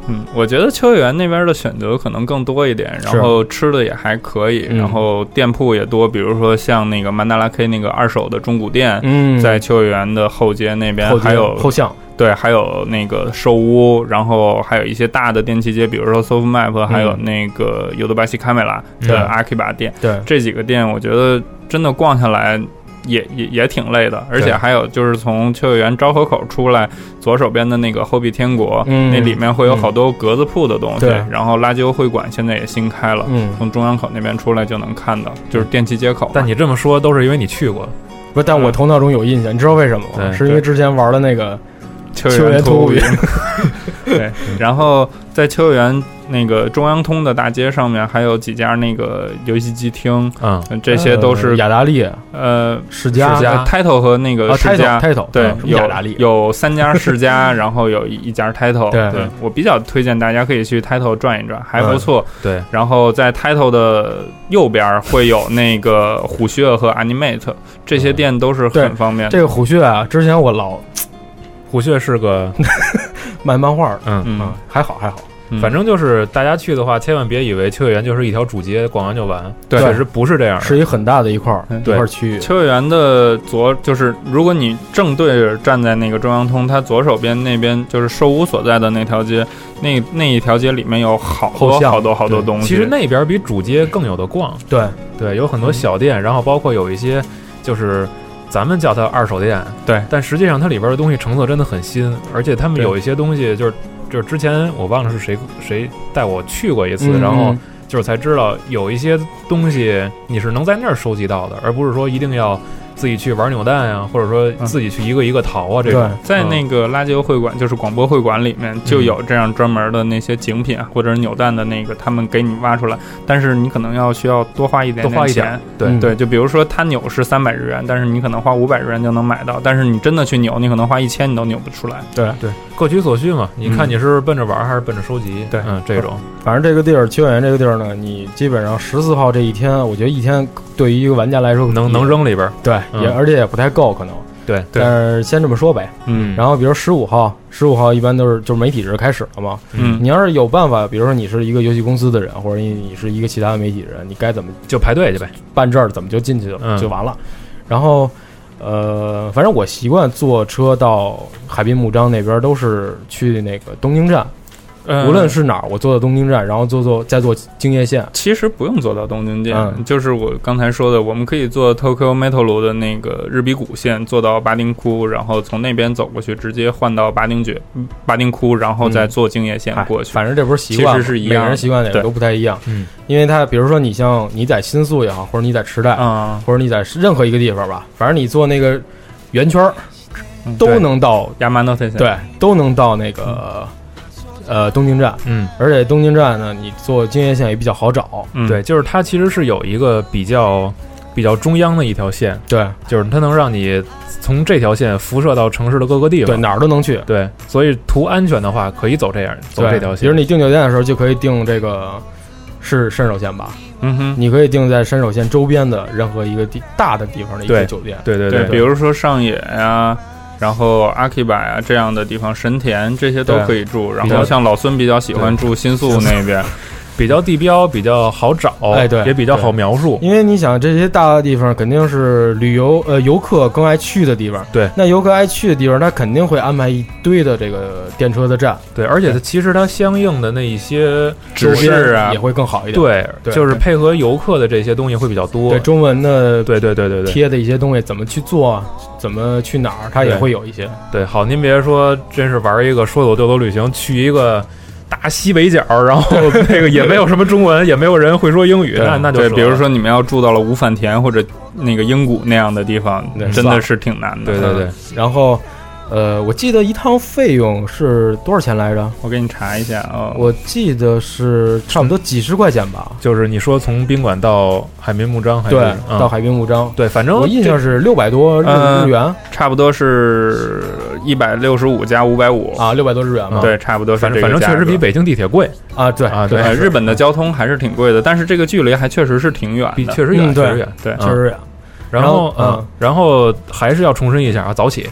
B: 嗯，我觉得秋叶原那边的选择可能更多一点，然后吃的也还可以，然后店铺也多，比如说像那个曼达拉 K 那个二手的中古店，嗯，在秋叶原的后街那边，还有
C: 后巷。
B: 对，还有那个寿屋，然后还有一些大的电器街，比如说 Softmap，、嗯、还有那个尤德巴西卡梅拉的阿基巴店。
C: 对，
B: 这几个店我觉得真的逛下来也也也挺累的，而且还有就是从秋叶原昭和口出来，左手边的那个后壁天国、嗯，那里面会有好多格子铺的东西。嗯、然后垃圾优惠馆现在也新开了，嗯，从中央口那边出来就能看到，就是电器街口。
I: 但你这么说都是因为你去过，
C: 不？但我头脑中有印象，嗯、你知道为什么吗？是因为之前玩的那个。
B: 秋叶原托物园，对，然后在秋叶原那个中央通的大街上面，还有几家那个游戏机厅，嗯，这些都是、
C: 呃、雅达利，
B: 呃，
C: 世嘉、
B: 世嘉 Title 和那个世嘉、
C: 啊、Title，
B: 对，
C: 嗯、
B: 有
C: 雅达利
B: 有三家世嘉，然后有一家 Title，
C: 对，
B: 对我比较推荐大家可以去 Title 转一转，还不错。
I: 嗯、对，
B: 然后在 Title 的右边会有那个虎穴和 Animate， 这些店都是很方便的。
C: 这个虎穴啊，之前我老。
I: 虎穴是个
C: 卖漫画的，
I: 嗯
C: 嗯，还好还好、
I: 嗯，反正就是大家去的话，千万别以为秋叶原就是一条主街，逛完就完，
C: 对，
I: 确实不是这样的，
C: 是一很大的一块儿、嗯、一块区域。
B: 秋叶原的左就是，如果你正对着站在那个中央通，它左手边那边就是寿屋所在的那条街，那那一条街里面有好多好多好多东西。
I: 其实那边比主街更有的逛，
C: 对
I: 对，有很多小店，嗯、然后包括有一些就是。咱们叫它二手店，
B: 对，
I: 但实际上它里边的东西成色真的很新，而且他们有一些东西就是就是之前我忘了是谁谁带我去过一次，嗯、然后就是才知道有一些东西你是能在那儿收集到的，而不是说一定要自己去玩扭蛋呀、啊，或者说自己去一个一个淘啊、嗯、这种。
B: 在那个垃圾优惠馆，就是广播会馆里面就有这样专门的那些景品啊，或者是扭蛋的那个，他们给你挖出来，但是你可能要需要多花一点点钱，
I: 多花一点，对、
B: 嗯、对，就比如说它扭是三百日元，但是你可能花五百日元就能买到，但是你真的去扭，你可能花一千你都扭不出来。
C: 对
I: 对，各取所需嘛，你看你是奔着玩还是奔着收集？
C: 对，
I: 嗯，这种。
C: 反正这个地儿秋叶原这个地儿呢，你基本上十四号这一天，我觉得一天对于一个玩家来说
I: 能能扔里边，
C: 对，嗯、也而且也不太够可能。
I: 对，
C: 但是先这么说呗，
B: 嗯。
C: 然后比如十五号，十五号一般都是就是媒体日开始了嘛，
B: 嗯。
C: 你要是有办法，比如说你是一个游戏公司的人，或者你你是一个其他的媒体人，你该怎么
I: 就排队去呗，
C: 办证怎么就进去了、嗯、就完了。然后呃，反正我习惯坐车到海滨幕张那边，都是去那个东京站。
B: 嗯、
C: 无论是哪儿，我坐到东京站，然后坐坐再坐京叶线。
B: 其实不用坐到东京站、
C: 嗯，
B: 就是我刚才说的，我们可以坐 Tokyo Metro 的那个日比谷线，坐到巴丁窟，然后从那边走过去，直接换到巴丁觉巴丁窟，然后再坐京叶线过去。
C: 嗯、反正这不是习惯，
B: 其实是一样，
C: 每个人习惯的都不太一样。
I: 嗯，
C: 因为它比如说你像你在新宿也好，或者你在池袋，
B: 嗯，
C: 或者你在任何一个地方吧，反正你坐那个圆圈都能到
B: 亚麻诺特线，
C: 对，都能到那个。嗯呃，东京站，
I: 嗯，
C: 而且东京站呢，你坐京叶线也比较好找，
B: 嗯，
I: 对，就是它其实是有一个比较比较中央的一条线，
C: 对，
I: 就是它能让你从这条线辐射到城市的各个地方，
C: 对，哪儿都能去，
I: 对，所以图安全的话，可以走这样，走这条线。
C: 比如你订酒店的时候，就可以订这个是山手线吧，
B: 嗯哼，
C: 你可以订在山手线周边的任何一个地大的地方的一个酒店，
I: 对对 对,
B: 对, 对，比如说上野呀。然后阿基巴呀这样的地方，神田这些都可以住。然后像老孙比较喜欢住新宿那边，
I: 比较地标，比较好找，
C: 哎，对，
I: 也比较好描述。
C: 因为你想这些大的地方肯定是旅游呃游客更爱去的地方，
I: 对。
C: 那游客爱去的地方，他肯定会安排一堆的这个电车的站，
I: 对。而且它其实它相应的那一些
B: 指示啊
C: 也会更好一点，
I: 对，
C: 对
I: 就是配合游客的这些东西会比较多。
C: 对，中文的，
I: 对对对对对，
C: 贴的一些东西怎么去做。怎么去哪儿，它也会有一些。
I: 对，好，您别说，真是玩一个说走就走旅行，去一个大西北角，然后那个也没有什么中文，也没有人会说英语，那那就
B: 对。比如说你们要住到了五反田或者那个英谷那样的地方，真的是挺难的。
I: 对对对。
C: 然后，呃，我记得一趟费用是多少钱来着？
B: 我给你查一下啊、哦。
C: 我记得是差不多几十块钱吧。
I: 就是你说从宾馆到海滨幕张，还是
C: 对、
I: 嗯，
C: 到海滨幕张，
I: 对，反正
C: 我印象是六百多日日元、呃，
B: 差不多是一百六十五加五百五
C: 啊，六百多日元嘛。
B: 对，差不多是这个
I: 反正确实比北京地铁贵
C: 啊。对
I: 啊，
B: 对，日本的交通还是挺贵的，但是这个距离还确实是挺远的，
I: 确实远，
C: 嗯、
I: 确实远，
B: 对，
C: 确实远。
I: 然后，嗯，然后还是要重申一下啊，早起。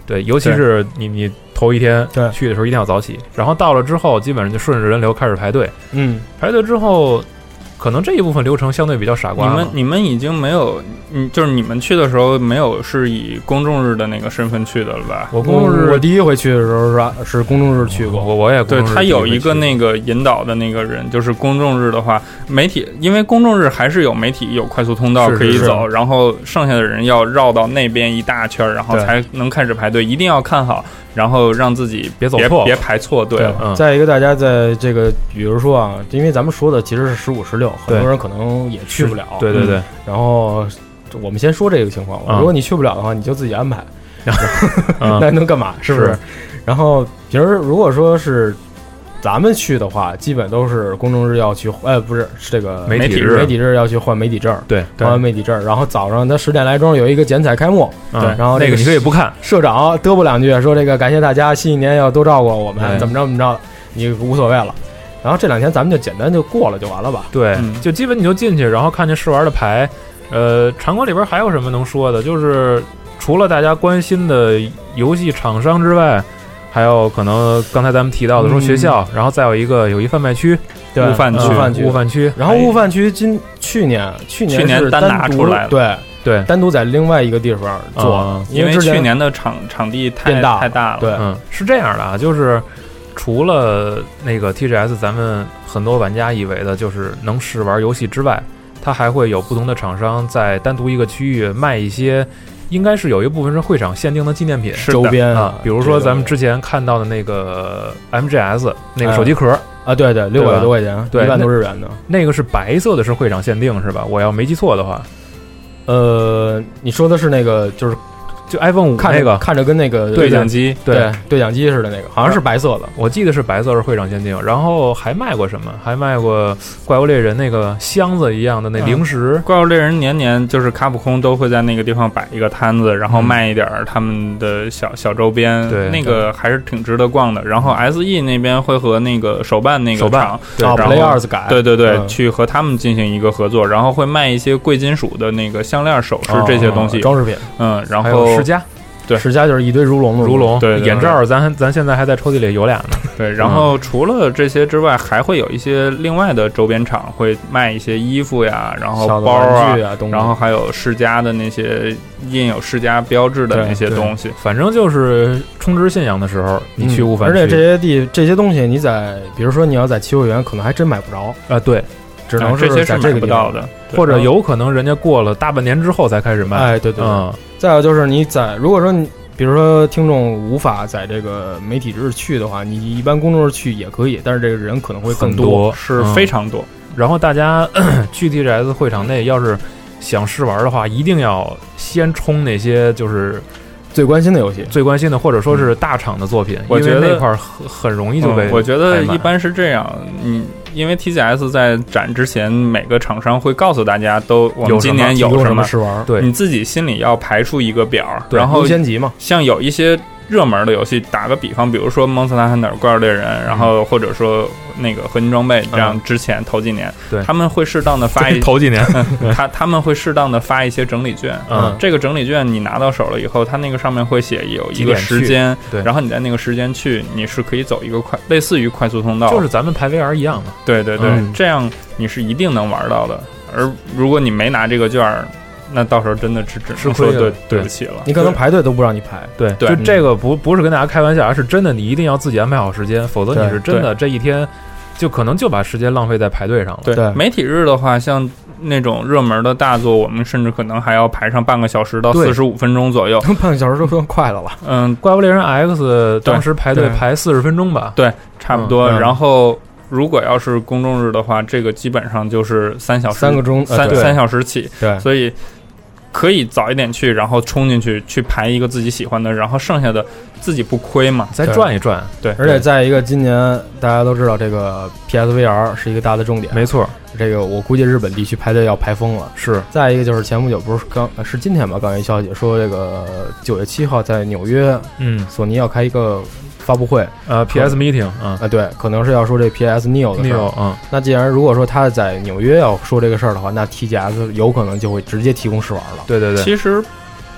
I: 对，尤其是你你头一天去的时候一定要早起，然后到了之后基本上就顺着人流开始排队，
C: 嗯，
I: 排队之后。可能这一部分流程相对比较傻瓜。
B: 你们你们已经没有，嗯，就是你们去的时候没有是以公众日的那个身份去的了吧？
C: 我公众日我第一回去的时候是是公众日去过，
I: 我我也
B: 对他有一个那个引导的那个人，就是公众日的话，媒体因为公众日还是有媒体有快速通道可以走，
C: 是是是
B: 然后剩下的人要绕到那边一大圈，然后才能开始排队，一定要看好。然后让自己
I: 别走错，
B: 别排错队了。
C: 嗯、再一个，大家在这个，比如说啊，因为咱们说的其实是十五、十六，很多人可能也去不了。
I: 对对对。
C: 嗯、然后我们先说这个情况吧。嗯、如果你去不了的话，你就自己安排。嗯、那能干嘛？是不是？是然后，比如如果说是咱们去的话，基本都是公众日要去，呃，不是是这个
I: 媒体日，
C: 媒体日要去换媒体证，
I: 对，
C: 换完媒体证，然后早上他十点来钟有一个剪彩开幕，
I: 对，
C: 然后
I: 那个你可以不看，
C: 社长嘚啵两句说这个感谢大家，新一年要多照顾我们，怎么着怎么着，你无所谓了。然后这两天咱们就简单就过了就完了吧？
I: 对，嗯、就基本你就进去，然后看见试玩的牌，呃，场馆里边还有什么能说的？就是除了大家关心的游戏厂商之外。还有可能刚才咱们提到的说学校，嗯、然后再有一个有一贩卖区，
C: 对，
B: 悟饭区，
C: 悟饭区，
I: 悟饭区。
C: 然后悟饭区今去年去年是
B: 单拿出来了，
C: 对
I: 对，
C: 单独在另外一个地方做，
B: 嗯、因为去年的场场地太
C: 变大
B: 太大了。
C: 对，
I: 嗯，是这样的啊，就是除了那个 T G S， 咱们很多玩家以为的就是能试玩游戏之外，它还会有不同的厂商在单独一个区域卖一些。应该是有一部分是会场限定的纪念品
C: 周边
I: 啊，比如说咱们之前看到的那个 M G S 那个手机壳
C: 啊，对对，六百多块钱，
I: 对，
C: 一万多日元的，
I: 那个是白色的，是会场限定是吧？我要没记错的话，
C: 呃，你说的是那个就是。
I: 就 iPhone 五那个
C: 看着跟那个
B: 对讲机
C: 对对讲机似的那个，好像是白色的，
I: 我记得是白色是会场限定。然后还卖过什么？还卖过怪物猎人那个箱子一样的那零食。
B: 嗯、怪物猎人年年就是卡普空都会在那个地方摆一个摊子，然后卖一点他们的小小周边，
I: 对，
B: 那个还是挺值得逛的。然后 S E 那边会和那个手办那个厂，
C: 对，然后 Players 改，
B: 对对对，嗯、去和他们进行一个合作，然后会卖一些贵金属的那个项链、首饰这些东西，
C: 哦、装饰品，
B: 嗯，然后
I: 还有世嘉。
B: 对，
C: 世嘉就是一堆如龙的
I: 如龙，
B: 对，
I: 眼罩咱咱现在还在抽屉里有俩呢。
B: 对，然后除了这些之外，还会有一些另外的周边厂会卖一些衣服呀，然后包
C: 啊，
B: 然后还有世嘉的那些印有世嘉标志的那些东西。
I: 反正就是充值信仰的时候，你去悟饭区，
C: 而且这些地这些东西你在，比如说你要在七会员，可能还真买不着
I: 啊、呃。对。
C: 只能
B: 是这些是
C: 买
B: 不到的，
I: 或者有可能人家过了大半年之后才开始卖。
C: 哎，对对对。
I: 嗯、
C: 再有就是你在，如果说你。比如说，听众无法在这个媒体日去的话，你一般公众日去也可以，但是这个人可能会更
I: 多，
B: 是非常多。
I: 嗯、然后大家去 T G S 会场内，要是想试玩的话，一定要先冲那些就是
C: 最关心的游戏，
I: 最关心的或者说是大厂的作品。
B: 我觉得
I: 那块儿很很容易就被、
B: 嗯。我觉得一般是这样，嗯。因为 T G S 在展之前，每个厂商会告诉大家都我们今年
C: 有
B: 什么
C: 试玩，
I: 对，
B: 你自己心里要排出一个表，然后
C: 优先级嘛。
B: 像有一些热门的游戏，打个比方，比如说《蒙斯特汉特》《怪物猎人》，然后或者说那个合金装备，这样之前、嗯、头几年，
I: 对，
B: 他们会适当的发一
I: 头几年，
B: 他他们会适当的发一些整理券，
I: 嗯，
B: 这个整理券你拿到手了以后，它那个上面会写有一个时间，
I: 对，
B: 然后你在那个时间去，你是可以走一个快类似于快速通道，
I: 就是咱们排 V R 一样的，
B: 对对对，
I: 嗯、
B: 这样你是一定能玩到的。而如果你没拿这个券，那到时候真的只只能说对对不起了，
C: 你可能排队都不让你排。
I: 对，
B: 对
I: 就这个不不是跟大家开玩笑，而是真的，你一定要自己安排好时间，否则你是真的这一天就可能就把时间浪费在排队上了。
B: 对，媒体日的话，像那种热门的大作，我们甚至可能还要排上半个小时到四十五分钟左右，
C: 半个小时就算快了了。
B: 嗯，
I: 怪物猎人 X 当时排队排四十分钟吧，
B: 对，差不多。
C: 嗯、
B: 然后。如果要是公众日的话，这个基本上就是三小时，
C: 三个钟，
B: 三、呃、三小时起。
C: 对，
B: 所以可以早一点去，然后冲进去，去排一个自己喜欢的，然后剩下的自己不亏嘛，
I: 再转一转。
B: 对，
C: 而且再一个，今年大家都知道这个 P S V R 是一个大的重点，
I: 没错。
C: 这个我估计日本地区排队要排疯了。
I: 是。
C: 再一个就是前不久不是刚是今天吧，刚有消息说这个九月七号在纽约，
I: 嗯，
C: 索尼要开一个。发布会，
I: 呃 ，P S meeting 啊、
C: 呃，对，可能是要说这 P S Neo 的事儿。
I: 嗯，
C: 那既然如果说他在纽约要说这个事儿的话，那 T G S 有可能就会直接提供试玩了。
I: 对对对，
B: 其实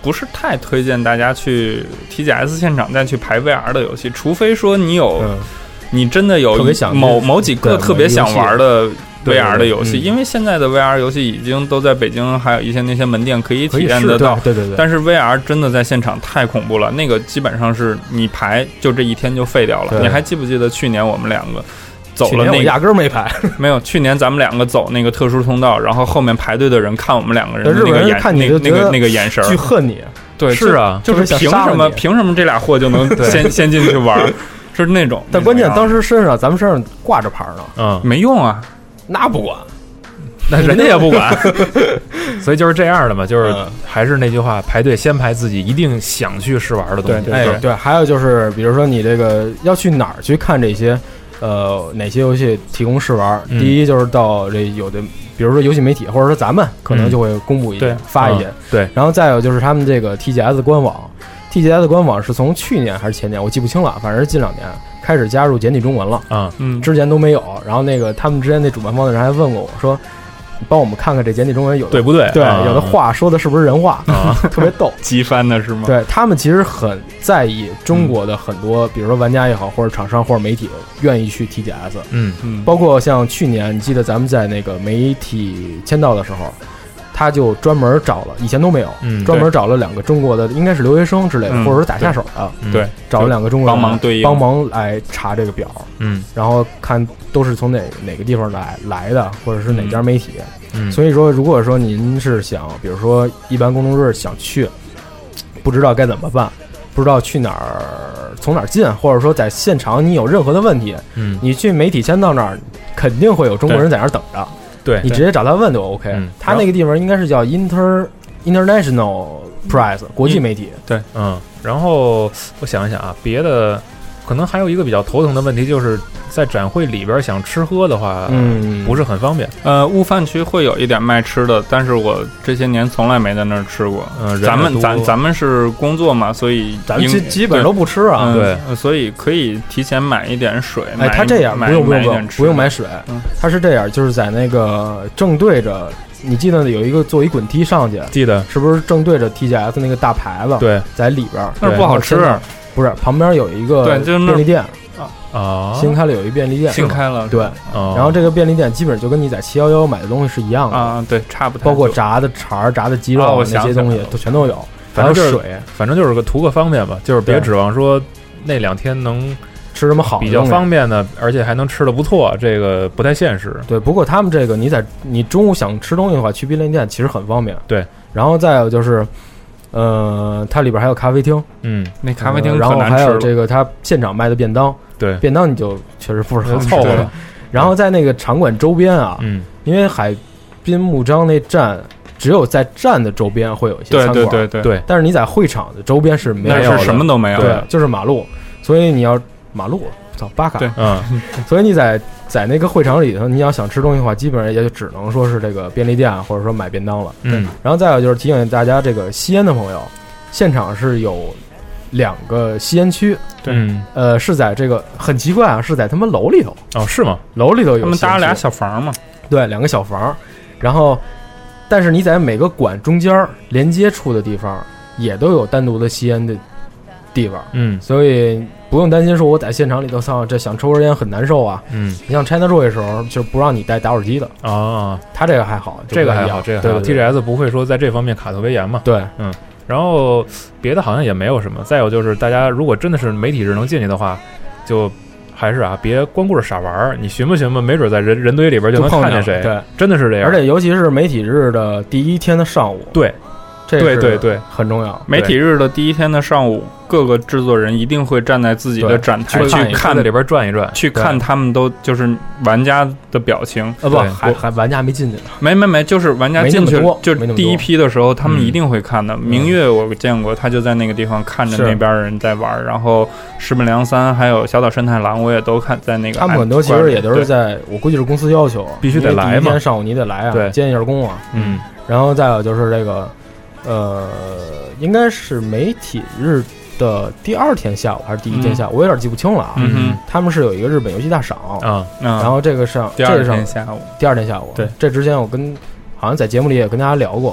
B: 不是太推荐大家去 T G S 现场再去排 V R 的游戏，除非说你有、嗯、你真的有某某几个特别想玩的 V R 的游戏，因为现在的 V R 游戏已经都在北京还有一些那些门店可以体验得到，
C: 对对对。
B: 但是 V R 真的在现场太恐怖了，那个基本上是你排就这一天就废掉了。你还记不记得去年我们两个走了那个？
C: 压根儿没排，
B: 没有。去年咱们两个走那个特殊通道，然后后面排队的人看我们两个人的
C: 那个眼，
B: 那个那个那个眼神，
C: 巨恨你。
B: 对，
I: 是啊，
B: 就是凭什么凭什么这俩货就能先先进去玩？是那种。
C: 但关键当时身上咱们身上挂着牌呢，
B: 嗯，没用啊，
C: 那不管。
I: 那人家也不管，所以就是这样的嘛，就是还是那句话，排队先排自己一定想去试玩的东西。
C: 对对 对, 对，还有就是，比如说你这个要去哪儿去看这些，呃，哪些游戏提供试玩？嗯、第一就是到这有的，比如说游戏媒体，或者说咱们可能就会公布一些、嗯、发一些、嗯。
I: 对，
C: 然后再有就是他们这个 T G S 官网 ，T G S 官网是从去年还是前年，我记不清了，反正是近两年开始加入简体中文了。
I: 啊、
C: 嗯，之前都没有。然后那个他们之前那主办方的人还问过我说。帮我们看看这简体中文有
I: 对不对？
C: 对，啊、有的话说的是不是人话啊？特别逗，
B: 机翻的是吗？
C: 对他们其实很在意中国的很多，嗯、比如说玩家也好，或者厂商或者媒体愿意去 T G S。
I: 嗯嗯，
C: 包括像去年，你记得咱们在那个媒体签到的时候，他就专门找了，以前都没有，嗯、专门找了两个中国的，应该是留学生之类的，嗯、或者是打下手的，
B: 对，嗯、
C: 找了两个中国人
B: 帮忙对应，
C: 帮忙来查这个表，
I: 嗯，
C: 然后看都是从哪哪个地方来来的，或者是哪家媒体。
I: 嗯，
C: 所以说，如果说您是想，比如说一般公众日想去，不知道该怎么办，不知道去哪儿，从哪儿进，或者说在现场你有任何的问题，
I: 嗯，
C: 你去媒体签到那儿，肯定会有中国人在那儿等着，
I: 对，
C: 你直接找他问就 OK。
I: 嗯、
C: 他那个地方应该是叫 Inter International Press 国际媒体，
I: 对，嗯，然后我想一想啊，别的。可能还有一个比较头疼的问题，就是在展会里边想吃喝的话，
C: 嗯，
I: 不是很方便。
B: 呃，悟饭区会有一点卖吃的，但是我这些年从来没在那儿吃过。
I: 嗯，
B: 咱们咱咱们是工作嘛，所以
C: 咱们基基本都不吃啊。
B: 嗯、
I: 对、
B: 呃，所以可以提前买一点水。
C: 哎，他这样不用不用不用不用买水，
B: 嗯、
C: 他是这样，就是在那个正对着。你记得有一个坐一滚梯上去，
I: 记得
C: 是不是正对着 T G S 那个大牌子？
I: 对，
C: 在里边，
B: 那不好吃。
C: 不是，旁边有一个便利店
I: 啊，
C: 新开了有一便利店，
B: 新开了
C: 对。
I: 哦、
C: 然后这个便利店基本就跟你在七幺幺买的东西是一样的
B: 啊，对，差不多。
C: 包括炸的肠、炸的鸡肉、
B: 哦、
C: 那些东西都全都有，
I: 反正就是
C: 水，
I: 反正就是个图个方便吧，就是别指望说那两天能
C: 吃什么好的
I: 比较方便的，而且还能吃的不错，这个不太现实。
C: 对，不过他们这个你在你中午想吃东西的话，去便利店其实很方便。
I: 对，
C: 然后再有就是。呃，它里边还有咖啡厅，
I: 嗯，
B: 那咖啡厅、呃、
C: 然后还有这个它现场卖的便当，
I: 对，
C: 便当你就确实不是很
I: 凑合了。
C: 然后在那个场馆周边啊，
I: 嗯，
C: 因为海滨木章那站只有在站的周边会有一些餐馆，
B: 对对对
I: 对, 对
C: 但是你在会场的周边是没有的，
B: 那是什么都没有，
C: 对，就是马路，所以你要马路。操巴卡，
B: 对，
I: 嗯，
C: 所以你在在那个会场里头，你要想吃东西的话，基本上也就只能说是这个便利店或者说买便当了。
I: 嗯，
C: 然后再有就是提醒大家，这个吸烟的朋友，现场是有两个吸烟区，
B: 对，
C: 呃，是在这个很奇怪啊，是在他们楼里头。
I: 哦，是吗？
C: 楼里头有，
B: 他们搭了俩小房嘛，
C: 对，两个小房，然后，但是你在每个馆中间连接处的地方，也都有单独的吸烟的地方，
I: 嗯，
C: 所以。不用担心说我在现场里头操这想抽根烟很难受啊，
I: 嗯，
C: 你像 ChinaJoy 的时候就不让你带打火机的
I: 啊，
C: 他这个还好，
I: 这个还好，这个还好 ，T G S 不会说在这方面卡特别严嘛，
C: 对，
I: 嗯，然后别的好像也没有什么，再有就是大家如果真的是媒体日能进去的话，就还是啊，别光顾着傻玩，你寻吧寻吧，没准在人人堆里边就能看见谁，
C: 对，
I: 真的是这样，
C: 而且尤其是媒体日的第一天的上午，
I: 对。
C: 这
I: 对对对，
C: 很重要。
B: 媒体日的第一天的上午，各个制作人一定会站在自己的展台去看
I: 在里边转一转，
B: 去看他们都就是玩家的表情。
C: 呃不，还还玩家没进去呢。
B: 没没没，就是玩家进去，就第一批的时候，他们一定会看的。明月我见过，他就在那个地方看着那边人在玩，然后石本良三还有小岛伸太郎，我也都看在那个。
C: 他们很多其实也都是在，我估计是公司要求，
I: 必须得来嘛。
C: 第一天上午你得来啊，
I: 对，
C: 监一下工啊。
I: 嗯，
C: 然后再有就是这个。呃，应该是媒体日的第二天下午还是第一天下午，嗯、我有点记不清了啊。
B: 嗯，
C: 他们是有一个日本游戏大赏
I: 啊，
C: 然后这个上
B: 第二天下午，
C: 第二天下午，
B: 对，
C: 这之前我跟好像在节目里也跟大家聊过，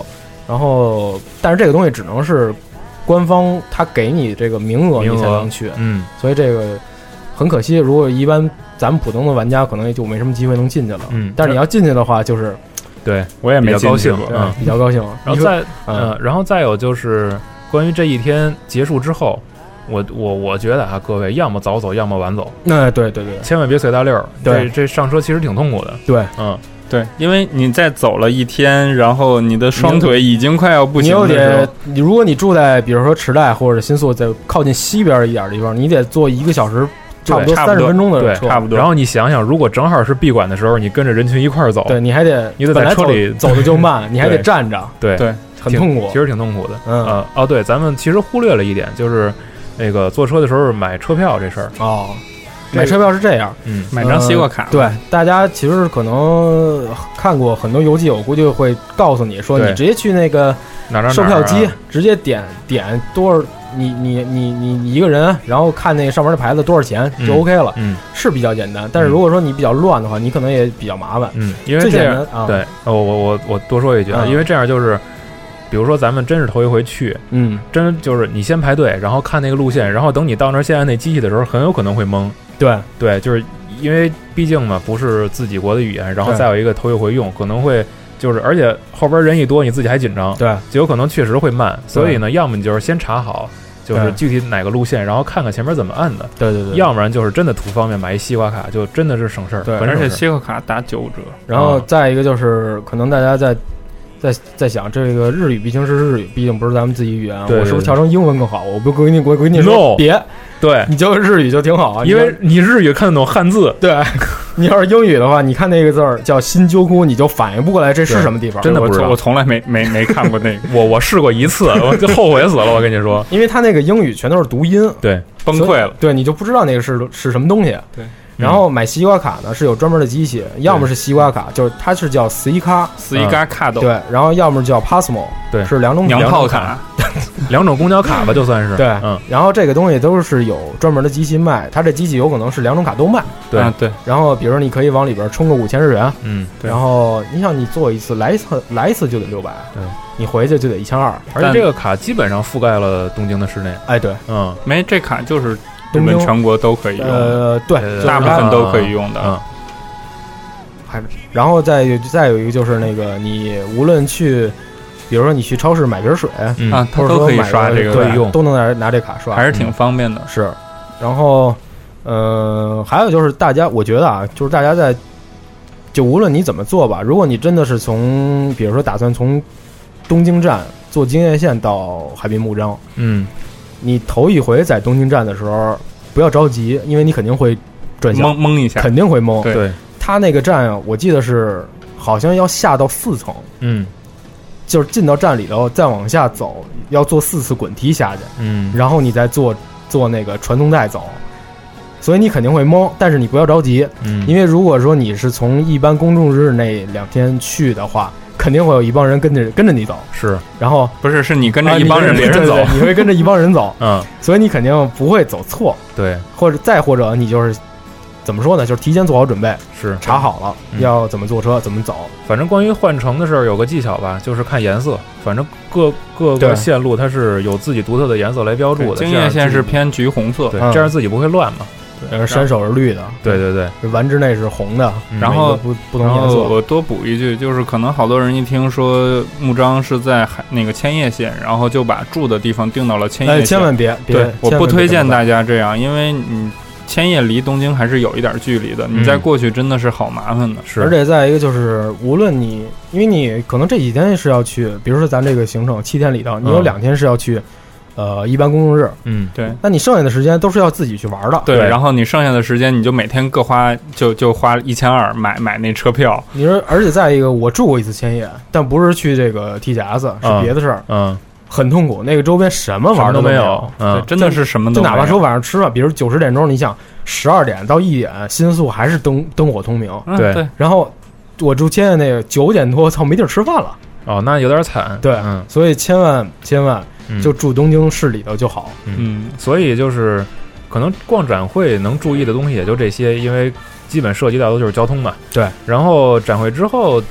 C: 然后但是这个东西只能是官方他给你这个名额你才能去，
I: 嗯，
C: 所以这个很可惜，如果一般咱们普通的玩家可能也就没什么机会能进去了，
I: 嗯，
C: 但是你要进去的话，就是
I: 对
B: 我也没
I: 比较高兴，
C: 嗯，比较高兴。
I: 然后再呃，然后再有就是关于这一天结束之后。我我我觉得啊，各位要么早走，要么晚走。
C: 那、嗯、对对对，
I: 千万别随大溜儿。
C: 对，
I: 这这上车其实挺痛苦的。
C: 对，
I: 嗯，
B: 对，因为你再走了一天，然后你的双腿已经快要不行了。
C: 你又得，你如果你住在比如说池袋或者新宿，在靠近西边一点的地方，你得坐一个小时，差不多三十分钟的车，
I: 差不多。然后你想想，如果正好是闭馆的时候，你跟着人群一块儿走，
C: 对，你还得
I: 你得在车里
C: 走的就慢，你还得站着，
I: 对
B: 对，
C: 很痛苦，
I: 其实挺痛苦的。
C: 嗯
I: 呃哦，对，咱们其实忽略了一点，就是。那个坐车的时候买车票这事儿
C: 哦，买车票是这样，
I: 嗯，
B: 买张西瓜卡、
C: 呃。对，大家其实可能看过很多游记，我估计会告诉你说，你直接去那个售票机，
I: 啊、
C: 直接点点多少，你你你你你一个人，然后看那上面的牌子多少钱就 OK 了，
I: 嗯，嗯
C: 是比较简单。但是如果说你比较乱的话，你可能也比较麻烦，
I: 嗯，因为这样
C: 啊，
I: 对，我我我我多说一句啊，
C: 嗯、
I: 因为这样就是。比如说咱们真是头一回去，
C: 嗯，
I: 真就是你先排队，然后看那个路线，然后等你到那儿现在那机器的时候，很有可能会懵。
C: 对
I: 对，就是因为毕竟嘛不是自己国的语言，然后再有一个头一回用，可能会就是而且后边人一多，你自己还紧张，
C: 对，
I: 就有可能确实会慢。所以呢，要么你就是先查好，就是具体哪个路线，然后看看前面怎么按的。
C: 对对对。
I: 要不然就是真的图方便，买一西瓜卡就真的是省事儿。
C: 对，
B: 而且西瓜卡打九折。
C: 然后再一个就是可能大家在。在在想这个日语毕竟是日语，毕竟不是咱们自己语言，
I: 对对对
C: 我是不是调成英文更好？我不跟你我跟你说、
I: no,
C: 别，
I: 对，
C: 你就日语就挺好啊，
I: 因为你日语看得懂汉字。
C: 对，你要是英语的话，你看那个字儿叫新鸠窟，你就反应不过来这是什么地方。
I: 真的不知道，
B: 我从来没没没看过那个，
I: 我我试过一次，我就后悔死了。我跟你说，
C: 因为他那个英语全都是读音，
I: 对，
B: 崩溃了，
C: 对，你就不知道那个是是什么东西。
B: 对。
C: 然后买西瓜卡呢是有专门的机器，要么是西瓜卡，就是它是叫斯伊卡，
B: 斯伊卡卡斗，
C: 对，然后要么叫 Passmo，
I: 对，
C: 是两种
B: 娘炮卡，
I: 两种公交卡吧，就算是
C: 对，
I: 嗯。
C: 然后这个东西都是有专门的机器卖，它这机器有可能是两种卡都卖，
I: 对、
B: 啊、对。
C: 然后比如说你可以往里边充个五千日元，
I: 嗯，
C: 对。然后你想你做一次来一次来一次就得六百，
I: 对，
C: 你回去就得一千二，
I: 而且这个卡基本上覆盖了东京的市内，
C: 哎，对，
I: 嗯，
B: 没这卡就是。日本全国都可以用，
C: 呃，对，
B: 大部分都可以用的。
I: 嗯，
C: 还，然后再有再有一个就是那个，你无论去，比如说你去超市买瓶水、
B: 嗯、啊，它都可以刷这个，
C: 可以用，都能拿拿这卡刷，
B: 还是挺方便的。
C: 嗯、是，然后，呃，还有就是大家，我觉得啊，就是大家在，就无论你怎么做吧，如果你真的是从，比如说打算从东京站坐京叶线到海滨幕张，
I: 嗯。
C: 你头一回在东京站的时候，不要着急，因为你肯定会转向
B: 懵懵一下，
C: 肯定会懵。
I: 对，
C: 他那个站我记得是好像要下到四层，
I: 嗯，
C: 就是进到站里头再往下走，要坐四次滚梯下去，
I: 嗯，
C: 然后你再坐坐那个传送带走，所以你肯定会懵，但是你不要着急，
I: 嗯，
C: 因为如果说你是从一般公众日那两天去的话。肯定会有一帮人跟着跟着你走，
I: 是，
C: 然后
B: 不是是你跟着一帮人别人走，
C: 啊、你, 你会跟着一帮人走，
I: 嗯，
C: 所以你肯定不会走错，
I: 对，
C: 或者再或者你就是怎么说呢，就是提前做好准备，
I: 是
C: 查好了、嗯、要怎么坐车怎么走。
I: 反正关于换乘的事儿有个技巧吧，就是看颜色，反正各各个线路它是有自己独特的颜色来标注的，
B: 京叶线是偏橘红色，
I: 对，
C: 嗯、
I: 这样自己不会乱嘛。
C: 对，山手是绿的，
I: 对对对，
C: 丸之内是红的，
B: 嗯、然后
C: 不不同颜色。
B: 我多补一句，就是可能好多人一听说幕张是在海那个千叶县，然后就把住的地方定到了千叶县。
C: 哎，千万别别！
B: 对，我不推荐大家这样，因为你千叶离东京还是有一点距离的，你再过去真的是好麻烦的。
I: 是、
C: 嗯，而且再一个就是，无论你，因为你可能这几天是要去，比如说咱这个行程七天里头，你有两天是要去。嗯呃，一般公众日，
I: 嗯，
B: 对，
C: 那你剩下的时间都是要自己去玩的，
B: 对。然后你剩下的时间，你就每天各花，就就花一千二买买那车票。
C: 你说，而且再一个，我住过一次千叶，但不是去这个 T G S， 是别的事儿，
I: 嗯，
C: 很痛苦。那个周边什么玩
I: 都
C: 没
I: 有，
B: 嗯，真的是什么都
C: 没有。就哪怕说晚上吃饭，比如九十点钟，你想十二点到一点，新宿还是灯灯火通明，
B: 嗯、
I: 对
B: 对。
C: 然后我住千叶那个九点多，操，没地儿吃饭了。
I: 哦，那有点惨。
C: 对，
I: 嗯，
C: 所以千万千万。就住东京市里头就好，
I: 嗯，所以就是可能逛展会能注意的东西也就这些，因为基本涉及到的就是交通嘛。
C: 对，
I: 然后展会之后，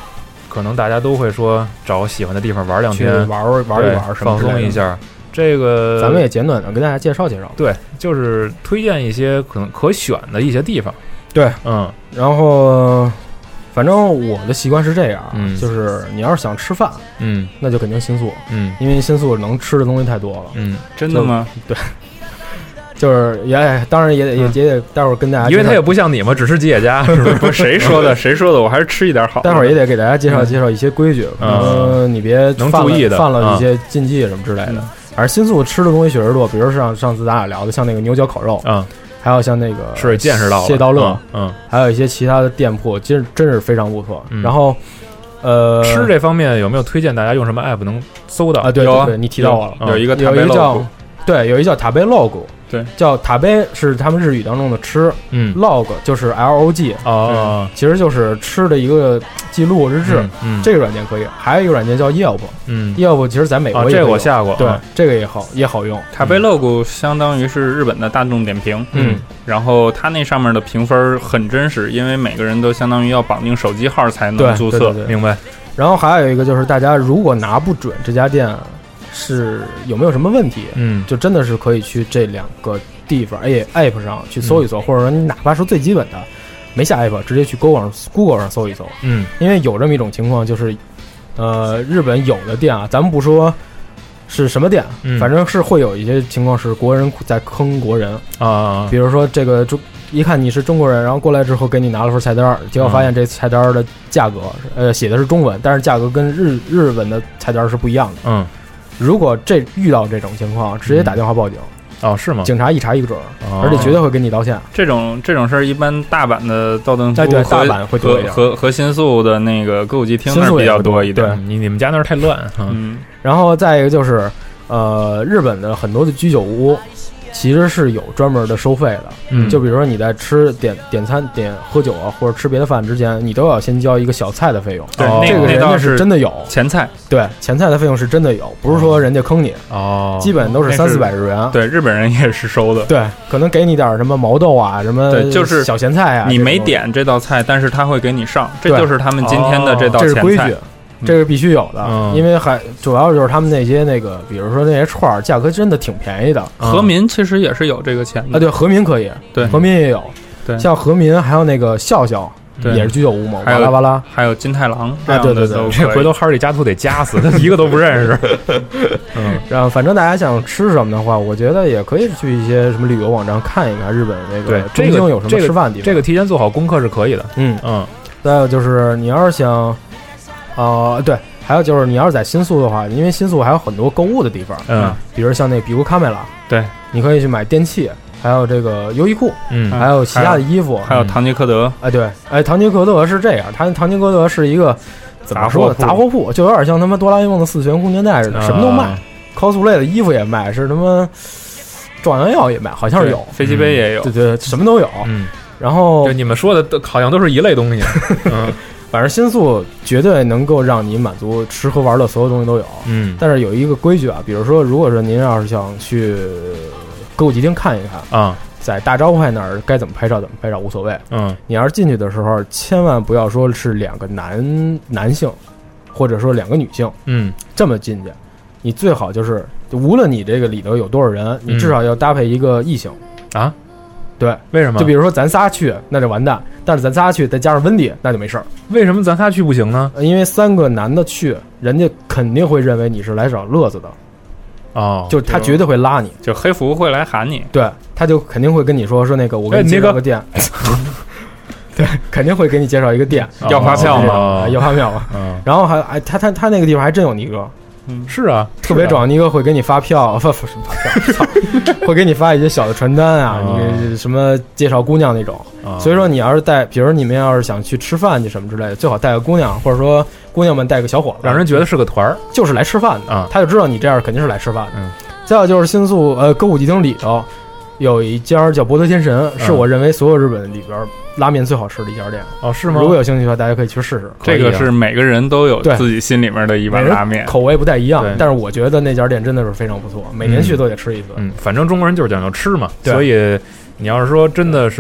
I: 可能大家都会说找喜欢的地方玩两天，
C: 玩玩玩一玩，
I: 放松一下。这个
C: 咱们也简短的跟大家介绍介绍。
I: 对，就是推荐一些可能可选的一些地方。
C: 对，
I: 嗯，
C: 然后反正我的习惯是这样，
I: 嗯，
C: 就是你要是想吃饭，
I: 嗯，
C: 那就肯定新宿，
I: 嗯，
C: 因为新宿能吃的东西太多了，
I: 嗯，
B: 真的吗？
C: 对。就是也当然也得也也得待会儿跟大家，
I: 因为他也不像你们只吃吉野家，是不是？
B: 不是谁说的？谁说的？我还是吃一点好。
C: 待会儿也得给大家介绍介绍一些规矩，可能你别
I: 能注意的，
C: 犯了一些禁忌什么之类的。反正新宿吃的东西确实多，比如上上次咱俩聊的，像那个牛角烤肉，
I: 嗯，
C: 还有像那个
I: 是见识到
C: 谢道乐，
I: 嗯，
C: 还有一些其他的店铺，其实真是非常不错。然后，呃，
I: 吃这方面有没有推荐大家用什么 app 能搜到
C: 啊？对对对，你提到我了，
B: 有一个
C: 有一个叫对，有一叫塔贝 log。
B: 对，
C: 叫塔杯是他们日语当中的吃，
I: 嗯
C: ，log 就是 L O G
I: 哦，
C: 其实就是吃的一个记录日志，
I: 嗯，
C: 这个软件可以，还有一个软件叫 Yelp，
I: 嗯
C: ，Yelp 其实在美国也
I: 这个我下过，
C: 对，这个也好也好用。
B: 塔贝 log 相当于是日本的大众点评，
C: 嗯，
B: 然后它那上面的评分很真实，因为每个人都相当于要绑定手机号才能注册，
I: 明白。
C: 然后还有一个就是大家如果拿不准这家店是有没有什么问题，
I: 嗯，
C: 就真的是可以去这两个地方，哎 ，app 上去搜一搜，嗯、或者说你哪怕是最基本的没下 app， 直接去 Google 上 Google 上搜一搜，
I: 嗯，
C: 因为有这么一种情况，就是呃，日本有的店啊，咱们不说是什么店，
I: 嗯、
C: 反正是会有一些情况是国人在坑国人
I: 啊，
C: 比如说这个中。一看你是中国人，然后过来之后给你拿了份菜单，结果发现这菜单的价格，嗯、呃，写的是中文，但是价格跟日日文的菜单是不一样的。
I: 嗯，
C: 如果这遇到这种情况，直接打电话报警。
I: 嗯、哦，是吗？
C: 警察一查一个准儿，
I: 哦、
C: 而且绝对会给你道歉。
B: 这种这种事儿，一般大阪的道顿
C: 窟和大阪会多一点，
B: 和和新宿的那个歌舞伎町那儿比较多一点。
C: 对，
I: 你你们家那儿太乱。
C: 嗯，然后再一个就是，呃，日本的很多的居酒屋。其实是有专门的收费的，
I: 嗯，
C: 就比如说你在吃点点餐、点喝酒啊，或者吃别的饭之前，你都要先交一个小菜的费用。
B: 对，
C: 这个人家是真的有
B: 前菜，
C: 对，前菜的费用是真的有，不是说人家坑你
I: 哦，
C: 基本都是三四百日元。
B: 对，日本人也是收的。
C: 对，可能给你点什么毛豆啊，什么
B: 对，就是
C: 小咸菜啊，
B: 你没点这道菜，但是他会给你上，这就是他们今天的这道前菜。
C: 这是规矩。这是必须有的，
I: 嗯、
C: 因为还主要就是他们那些那个，比如说那些串儿，价格真的挺便宜的。
B: 和民其实也是有这个钱的
C: 啊，对，和民可以，
B: 对，
C: 和民也有，
B: 对，
C: 像和民还有那个笑笑，也是居酒屋嘛，巴拉巴拉，
B: 还有金太郎，
C: 啊，对对对，
I: 这回头哈里加图得夹死，他一个都不认识。
C: 嗯，然后反正大家想吃什么的话，我觉得也可以去一些什么旅游网站看一看日本那个东京有什么吃饭的地方，
I: 这个提前做好功课是可以的。
C: 嗯
I: 嗯，
C: 再有就是你要是想，啊、呃，对。还有就是，你要是在新宿的话，因为新宿还有很多购物的地方，
I: 嗯，
C: 比如像那比如卡梅拉，
B: 对，
C: 你可以去买电器，还有这个优衣库，
I: 嗯，
C: 还有其他的衣服，
B: 还有唐吉诃德，
C: 哎，对，哎，唐吉诃德是这样，它唐吉诃德是一个怎么说杂货铺，就有点像他妈哆啦 A 梦的四全空间带似的，什么都卖 ，cosplay 的衣服也卖，是他妈壮阳药也卖，好像是有，
B: 飞机杯也有，
C: 对对，什么都有，
I: 嗯，
C: 然后
I: 就你们说的都好像都是一类东西，嗯。
C: 反正新宿绝对能够让你满足吃喝玩乐所有东西都有，
I: 嗯，
C: 但是有一个规矩啊，比如说，如果说您要是想去歌舞伎町看一看
I: 啊，
C: 在大招牌那儿该怎么拍照怎么拍照无所谓，
I: 嗯，
C: 你要是进去的时候，千万不要说是两个男男性，或者说两个女性，
I: 嗯，
C: 这么进去，你最好就是无论你这个里头有多少人，你至少要搭配一个异性、
I: 嗯、啊。
C: 对，
I: 为什么？
C: 就比如说咱仨去，那就完蛋；但是咱仨去，再加上温迪，那就没事儿。
I: 为什么咱仨去不行呢？
C: 因为三个男的去，人家肯定会认为你是来找乐子的，
I: 哦，
C: 就他绝对会拉你，
B: 就黑服会来喊你，
C: 对，他就肯定会跟你说说那个，我给你介绍个店，哎那个、对，肯定会给你介绍一个店，
I: 哦、
B: 要发票吗？
C: 哦、要发票吗？
I: 嗯，
C: 然后还哎，他他他那个地方还真有尼哥。
I: 嗯，是啊，
C: 特别壮，尼哥会给你发票，不不什么发票，会给你发一些小的传单啊，
I: 哦、
C: 你什么介绍姑娘那种。
I: 哦、
C: 所以说，你要是带，比如你们要是想去吃饭去什么之类的，最好带个姑娘，或者说姑娘们带个小伙子，
I: 让人觉得是个团儿，
C: 就是来吃饭的
I: 啊，
C: 他就知道你这样肯定是来吃饭的。
I: 嗯，
C: 再有就是新宿呃歌舞伎町里头有一家叫博德天神，是我认为所有日本里边拉面最好吃的一家店。
I: 哦，是吗？
C: 如果有兴趣的话，大家可以去试试。
B: 这个是每个人都有自己心里面的一碗拉面，
C: 口味不太一样，但是我觉得那家店真的是非常不错，每年去都得吃一次。
I: 嗯，反正中国人就是讲究吃嘛，所以你要是说真的是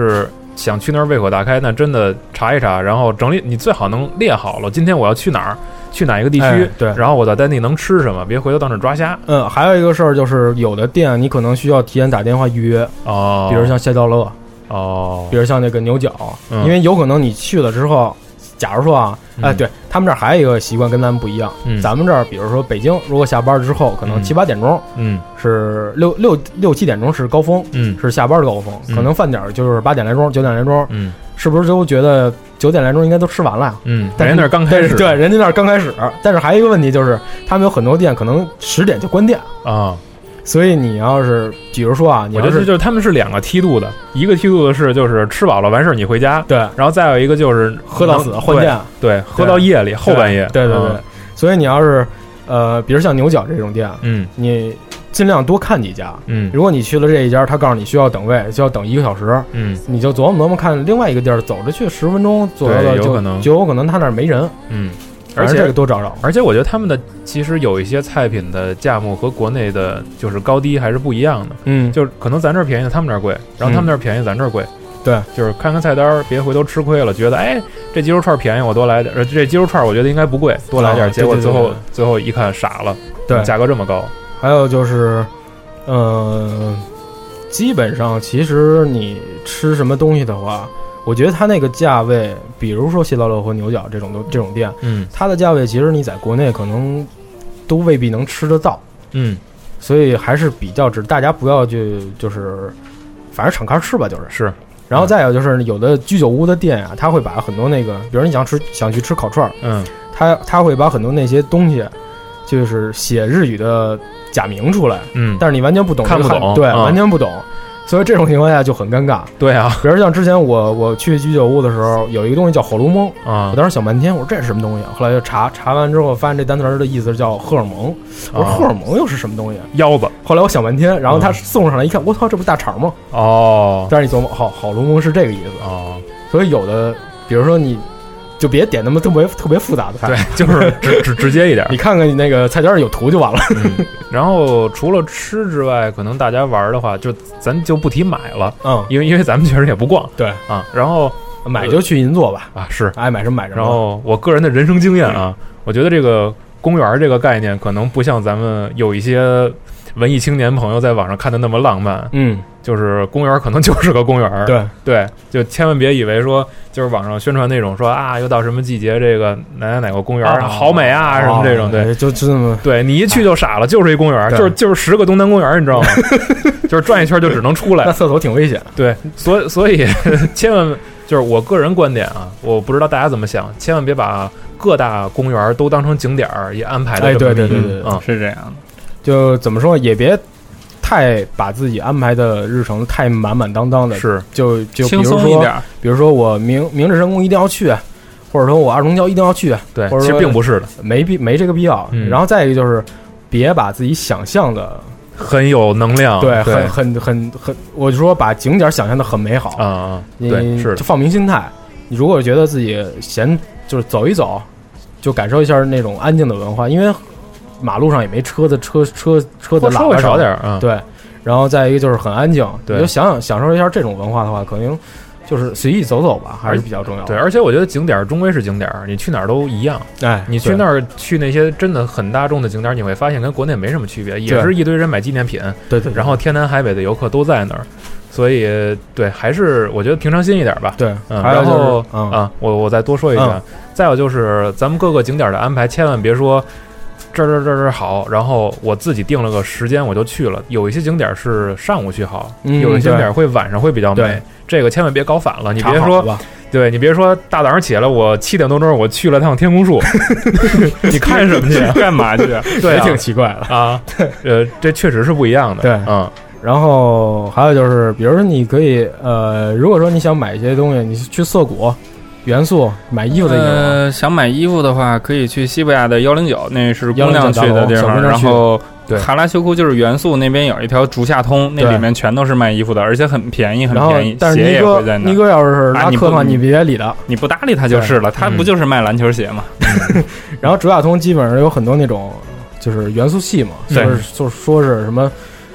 I: 想去那儿胃口大开，那真的查一查，然后整理，你最好能列好了，今天我要去哪儿，去哪一个地区，
C: 哎、对，
I: 然后我在当地能吃什么，别回头到那儿抓瞎。
C: 嗯，还有一个事儿就是，有的店你可能需要提前打电话预约
I: 哦，
C: 比如像谢道乐
I: 哦，
C: 比如像那个牛角、
I: 嗯，
C: 因为有可能你去了之后。假如说啊，哎，对他们这儿还有一个习惯跟咱们不一样，
I: 嗯，
C: 咱们这儿比如说北京，如果下班之后可能七八点钟，
I: 嗯，
C: 是六六六七点钟是高峰，
I: 嗯，
C: 是下班的高峰，
I: 嗯、
C: 可能饭点就是八点来钟、九点来钟，
I: 嗯，
C: 是不是都觉得九点来钟应该都吃完了？
I: 嗯，
C: 但
I: 人家那儿刚开始，
C: 对，人家那儿刚开始，但是还有一个问题就是，他们有很多店可能十点就关店
I: 啊。
C: 所以你要是比如说啊，你要
I: 我觉得就是他们是两个梯度的，一个梯度的是就是吃饱了完事儿你回家，
C: 对，
I: 然后再有一个就是
C: 喝到死换店，
I: 对，喝到夜里后半夜，
C: 对对 对, 对、嗯。所以你要是呃，比如像牛角这种店，
I: 嗯，
C: 你尽量多看几家，
I: 嗯，
C: 如果你去了这一家，他告诉你需要等位，需要等一个小时，
I: 嗯，
C: 你就琢磨琢磨看另外一个地儿，走着去十分钟左右的就
I: 有可能
C: 就有可能他那儿没人，
I: 嗯。而且
C: 这个多找找，
I: 而且我觉得他们的其实有一些菜品的价目和国内的就是高低还是不一样的，
C: 嗯，
I: 就是可能咱这儿便宜，他们那儿贵，然后他们那儿便宜，咱这儿贵，
C: 对，
I: 就是看看菜单，别回头吃亏了，觉得哎这鸡肉串便宜，我多来点，这鸡肉串我觉得应该不贵，多来点，
C: 哦、
I: 结果最后
C: 对对对对
I: 最后一看傻了，
C: 对，
I: 价格这么高。
C: 还有就是，呃，基本上其实你吃什么东西的话。我觉得它那个价位，比如说谢道乐和牛角这种都这种店，
I: 嗯，
C: 它的价位其实你在国内可能都未必能吃得到，
I: 嗯，
C: 所以还是比较值，大家不要就就是，反正敞开吃吧，就是
I: 是。
C: 然后再有就是有的居酒屋的店啊，他会把很多那个，比如你想吃想去吃烤串，
I: 嗯，
C: 他他会把很多那些东西，就是写日语的假名出来，
I: 嗯，
C: 但是你完全不懂，
I: 看不懂，
C: 对，
I: 嗯、
C: 完全不懂。所以这种情况下就很尴尬。
I: 对啊，
C: 比如像之前我我去居酒屋的时候，有一个东西叫火炉蒙
I: 啊，
C: 我当时想半天，我说这是什么东西？后来就查查完之后，发现这单词的意思叫荷尔蒙。我说荷尔蒙又是什么东西？
I: 腰子。
C: 后来我想半天，然后他送上来一看，我操，这不大肠吗？
I: 哦，
C: 但是你琢磨，好，火炉蒙是这个意思
I: 哦。
C: 所以有的，比如说你。就别点那么特别特别复杂的菜，
I: 对，就是直直直接一点。
C: 你看看你那个菜单有图就完了。
I: 嗯、然后除了吃之外，可能大家玩的话，就咱就不提买了，
C: 嗯，
I: 因为因为咱们确实也不逛，
C: 对
I: 啊。然后
C: 买就去银座吧，
I: 啊是，
C: 爱买什么买什么。
I: 然后我个人的人生经验啊，嗯、我觉得这个公园这个概念可能不像咱们有一些文艺青年朋友在网上看的那么浪漫，
C: 嗯。
I: 就是公园可能就是个公园，
C: 对
I: 对，就千万别以为说就是网上宣传那种说啊，又到什么季节，这个哪哪哪个公园、哦、好美啊、哦、什么这种，对，
C: 就这么，
I: 对你一去就傻了，就是一公园，就是就是十个东南公园，你知道吗？就是转一圈就只能出来，
C: 那厕所挺危险。
I: 对，所以所以千万就是我个人观点啊，我不知道大家怎么想，千万别把各大公园都当成景点也安排的这么、
C: 哎、对对对对，
I: 嗯，
B: 是这样的。
C: 就怎么说也别。太把自己安排的日程太满满当当的，
I: 是
C: 就就
B: 轻松一点。
C: 比如说我明明治神宫一定要去，或者说我二龙桥一定要去，
I: 对，
C: 或者
I: 其实并不是的，
C: 没必没这个必要。
I: 嗯、
C: 然后再一个就是别把自己想象的
I: 很有能量，
C: 对，
I: 对
C: 很很很很，我就说把景点想象的很美好
I: 啊啊，对，是
C: 就放平心态。你如果觉得自己闲，就是走一走，就感受一下那种安静的文化，因为马路上也没车的车车车的喇叭
I: 少点啊，
C: 对。然后再一个就是很安静，
I: 对，
C: 你就想想享受一下这种文化的话，可能就是随意走走吧，还是比较重要的。
I: 对，而且我觉得景点终归是景点，你去哪儿都一样。
C: 哎，
I: 你去那儿去那些真的很大众的景点，你会发现跟国内没什么区别，也是一堆人买纪念品。
C: 对 对, 对。
I: 然后天南海北的游客都在那儿，所以对，还是我觉得平常心一点吧。
C: 对，
I: 嗯。
C: 还有
I: 然后、
C: 嗯、
I: 啊，我我再多说一句，嗯、再有就是咱们各个景点的安排，千万别说。这这这这好，然后我自己定了个时间我就去了。有一些景点是上午去好，
C: 嗯、
I: 有一些景点会晚上会比较美。这个千万别搞反了，你别说，对你别说大早上起来我七点多钟我去了趟天空树，你看什么去？
B: 干嘛去？
I: 对、啊，
C: 挺奇怪的
I: 啊。呃，这确实是不一样的。
C: 对，
I: 嗯。
C: 然后还有就是，比如说你可以呃，如果说你想买一些东西，你去涩谷。元素买衣服的地方、
B: 呃，想买衣服的话，可以去西伯亚的幺零九，那是姑娘去的地方。然后，
C: 对，
B: 哈拉修库就是元素那边有一条竹下通，那里面全都是卖衣服的，而且很便宜，很便宜。
C: 但是尼哥，尼哥要是拉客的话，
B: 你
C: 别理他，
B: 你不搭理他就是了。他不就是卖篮球鞋吗？
C: 嗯、然后竹下通基本上有很多那种就是元素系嘛，就是就说是什么。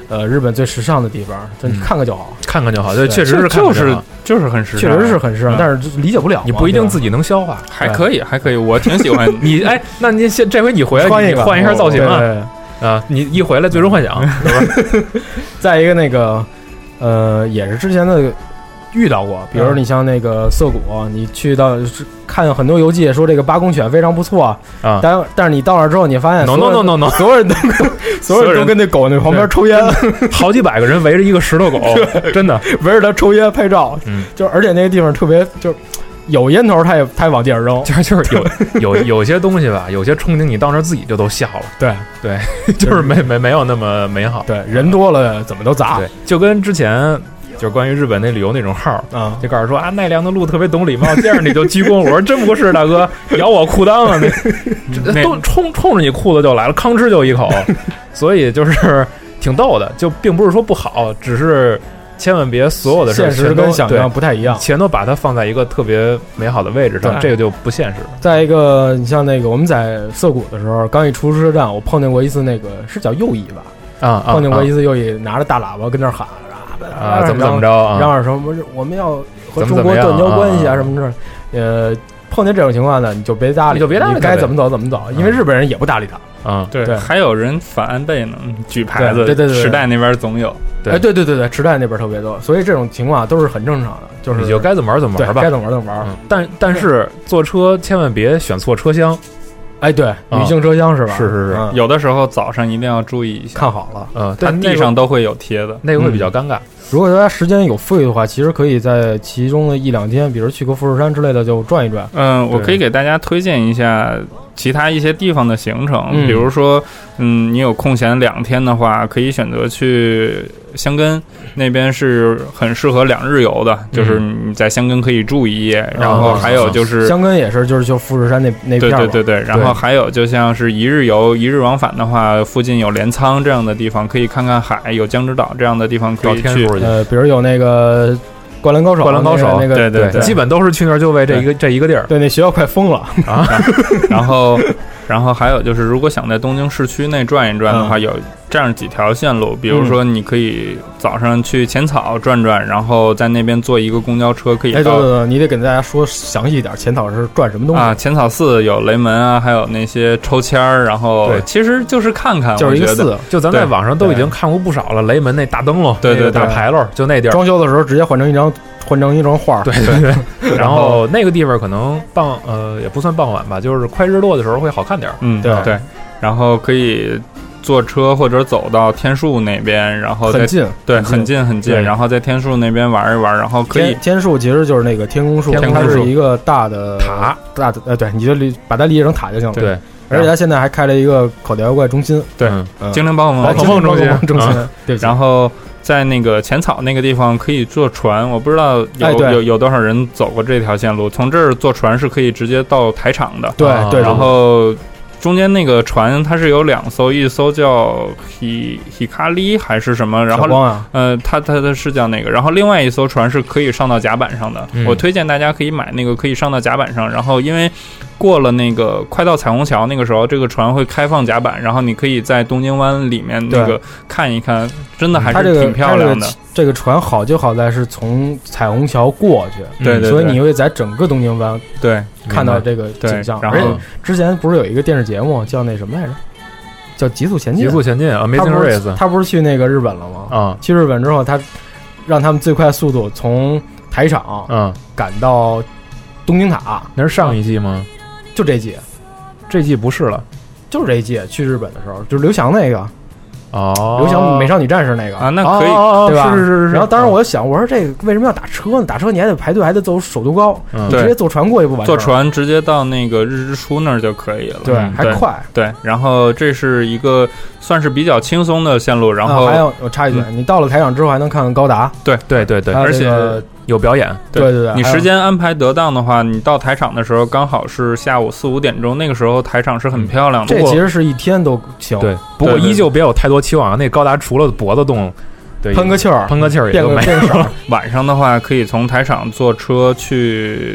C: 呃日本最时尚的地方，真看看就好，
I: 看看就好。对，确实是看看
B: 就是就是很时尚，
C: 确实是很时尚，但是理解不了，
I: 你不一定自己能消化。
B: 还可以，还可以，我挺喜欢
I: 你。哎，那你现这回你回来
C: 穿一个
I: 换一下造型啊。
C: 对
I: 啊，你一回来最终幻想是吧？
C: 再一个那个，呃，也是之前的遇到过，比如你像那个涩谷，你去到看很多游记说这个八公犬非常不错啊，但但是你到那之后，你发现
I: no no no no no，
C: 所有人都所有人都跟那狗那旁边抽烟，
I: 好几百个人围着一个石头狗，真的
C: 围着它抽烟拍照，
I: 嗯，
C: 就而且那个地方特别就。有烟头，他也他也往地上扔，
I: 就是就是有有有些东西吧，有些憧憬你到那儿自己就都笑了，
C: 对
I: 对，就是没没没有那么美好，
C: 对，人多了怎么都砸，
I: 对，就跟之前就是关于日本那旅游那种号
C: 啊，
I: 就告诉说啊奈良的鹿特别懂礼貌，见着你就鞠躬，我说真不是大哥，咬我裤裆了，那都冲冲着你裤子就来了，吭哧就一口，所以就是挺逗的，就并不是说不好，只是。千万别所有的事
C: 现实跟想象不太一样，
I: 钱都把它放在一个特别美好的位置上，这个就不现实。
C: 再一个，你像那个我们在涩谷的时候，刚一出车站，我碰见过一次那个是叫右翼吧？
I: 啊，
C: 碰见过一次右翼拿着大喇叭跟那儿喊
I: 啊，怎么怎么着啊？
C: 嚷嚷什么我们要和中国断交关系啊什么的，呃。碰见这种情况呢，你就别搭理，
I: 你就别搭理，
C: 该怎么走怎么走，因为日本人也不搭理他。
I: 啊，
B: 对，还有人反安倍呢，举牌子，
C: 对对对，
B: 时代那边总有，
C: 哎，对对对对，时代那边特别多，所以这种情况都是很正常的，就是
I: 你就该怎么玩怎么玩吧，
C: 该怎么玩怎么玩。
I: 但但是坐车千万别选错车厢，
C: 哎，对，女性车厢是吧？
I: 是是是，
B: 有的时候早上一定要注意一下，
C: 看好了，
I: 嗯，
B: 它地上都会有贴的，
I: 那个会比较尴尬。
C: 如果大家时间有富裕的话，其实可以在其中的一两天，比如去个富士山之类的，就转一转。
B: 嗯，我可以给大家推荐一下其他一些地方的行程，
C: 嗯、
B: 比如说，嗯，你有空闲两天的话，可以选择去箱根那边，是很适合两日游的，就是你在箱根可以住一夜，嗯、然后还有就是
C: 箱根也是，就是就富士山那那片。
B: 对对对对，然后还有就像是一日游、一日往返的话，附近有镰仓这样的地方可以看看海，有江之岛这样的地方可以去。
C: 呃，比如有那个灌篮高手，
I: 灌篮高手
C: 那个，
B: 对对对，
I: 基本都是去那儿就为这一个这一个地儿。
C: 对，那学校快疯了
B: 啊！然后，然后还有就是，如果想在东京市区内转一转的话，有这样几条线路，比如说你可以早上去浅草转转，然后在那边坐一个公交车可以到。
C: 哎，对对对，你得给大家说详细一点，浅草是转什么东西
B: 啊？浅草寺有雷门啊，还有那些抽签儿，然后其实就是看看，
C: 就是一个寺，
I: 就咱在网上都已经看过不少了。雷门那大灯笼，
B: 对对，
I: 大牌楼，就那地儿。
C: 装修的时候直接换成一张。换成一张画，
I: 对对对，然后那个地方可能傍呃也不算傍晚吧，就是快日落的时候会好看点。
B: 嗯，
C: 对
B: 对，然后可以坐车或者走到天树那边，然后
C: 很近，
B: 对，很近很近，然后在天树那边玩一玩，然后可以
C: 天树其实就是那个天空树，它是一个大的
I: 塔，
C: 大的呃，对，你就理把它理解成塔就行了。
I: 对。
C: 而且他现在还开了一个口袋妖怪中心，
B: 对，
C: 嗯、
B: 精灵宝可梦
C: 宝可梦中心，中心、
B: 嗯。对，然后在那个浅草那个地方可以坐船，我不知道有、
C: 哎、
B: 有有多少人走过这条线路。从这儿坐船是可以直接到台场的，
C: 对对。
B: 然后中间那个船它是有两艘，一艘叫 Hi Hikari 还是什么，然后、
C: 啊、
B: 呃，它它它是叫那个，然后另外一艘船是可以上到甲板上的。
I: 嗯、
B: 我推荐大家可以买那个可以上到甲板上，然后因为。过了那个快到彩虹桥那个时候，这个船会开放甲板，然后你可以在东京湾里面那个看一看，真的还是挺漂亮的。
C: 这个、这个船好就好在是从彩虹桥过去，
B: 对、嗯、对，
C: 所以你会在整个东京湾
B: 对
C: 看到这个景象。
B: 然后
C: 之前不是有一个电视节目叫那什么来着？叫《极速前进》。
I: 极速前进 ，Amazing Race。
C: 他不是去那个日本了吗？
I: 啊，
C: 去日本之后，他让他们最快速度从台场
I: 嗯
C: 赶到东京塔。
I: 那是上一季吗？
C: 就这季，
I: 这季不是了，
C: 就是这季去日本的时候，就是刘翔那个
I: 哦，
C: 刘翔美少女战士那个
B: 啊，那可以，
C: 哦、对吧？
I: 是是是是。
C: 然后当时我就想，我说这个为什么要打车呢？打车你还得排队，还得走首都高，
I: 嗯、
C: 你直接坐船过去不完？
B: 坐船直接到那个日之出那儿就可以了，
C: 对，
B: 嗯、
C: 还快。
B: 对，然后这是一个算是比较轻松的线路，然后、
C: 啊、还有我插一句、嗯，你到了台场之后还能看看高达，
B: 对
I: 对对对，
B: 而且。
I: 有表演，
C: 对对对，
B: 你时间安排得当的话，你到台场的时候刚好是下午四五点钟，那个时候台场是很漂亮的。
C: 这其实是一天都行，
I: 对。不过依旧别有太多期望啊！那高达除了脖子动，对，
C: 喷个气儿，
I: 喷个气儿也就没
C: 有。
B: 晚上的话，可以从台场坐车去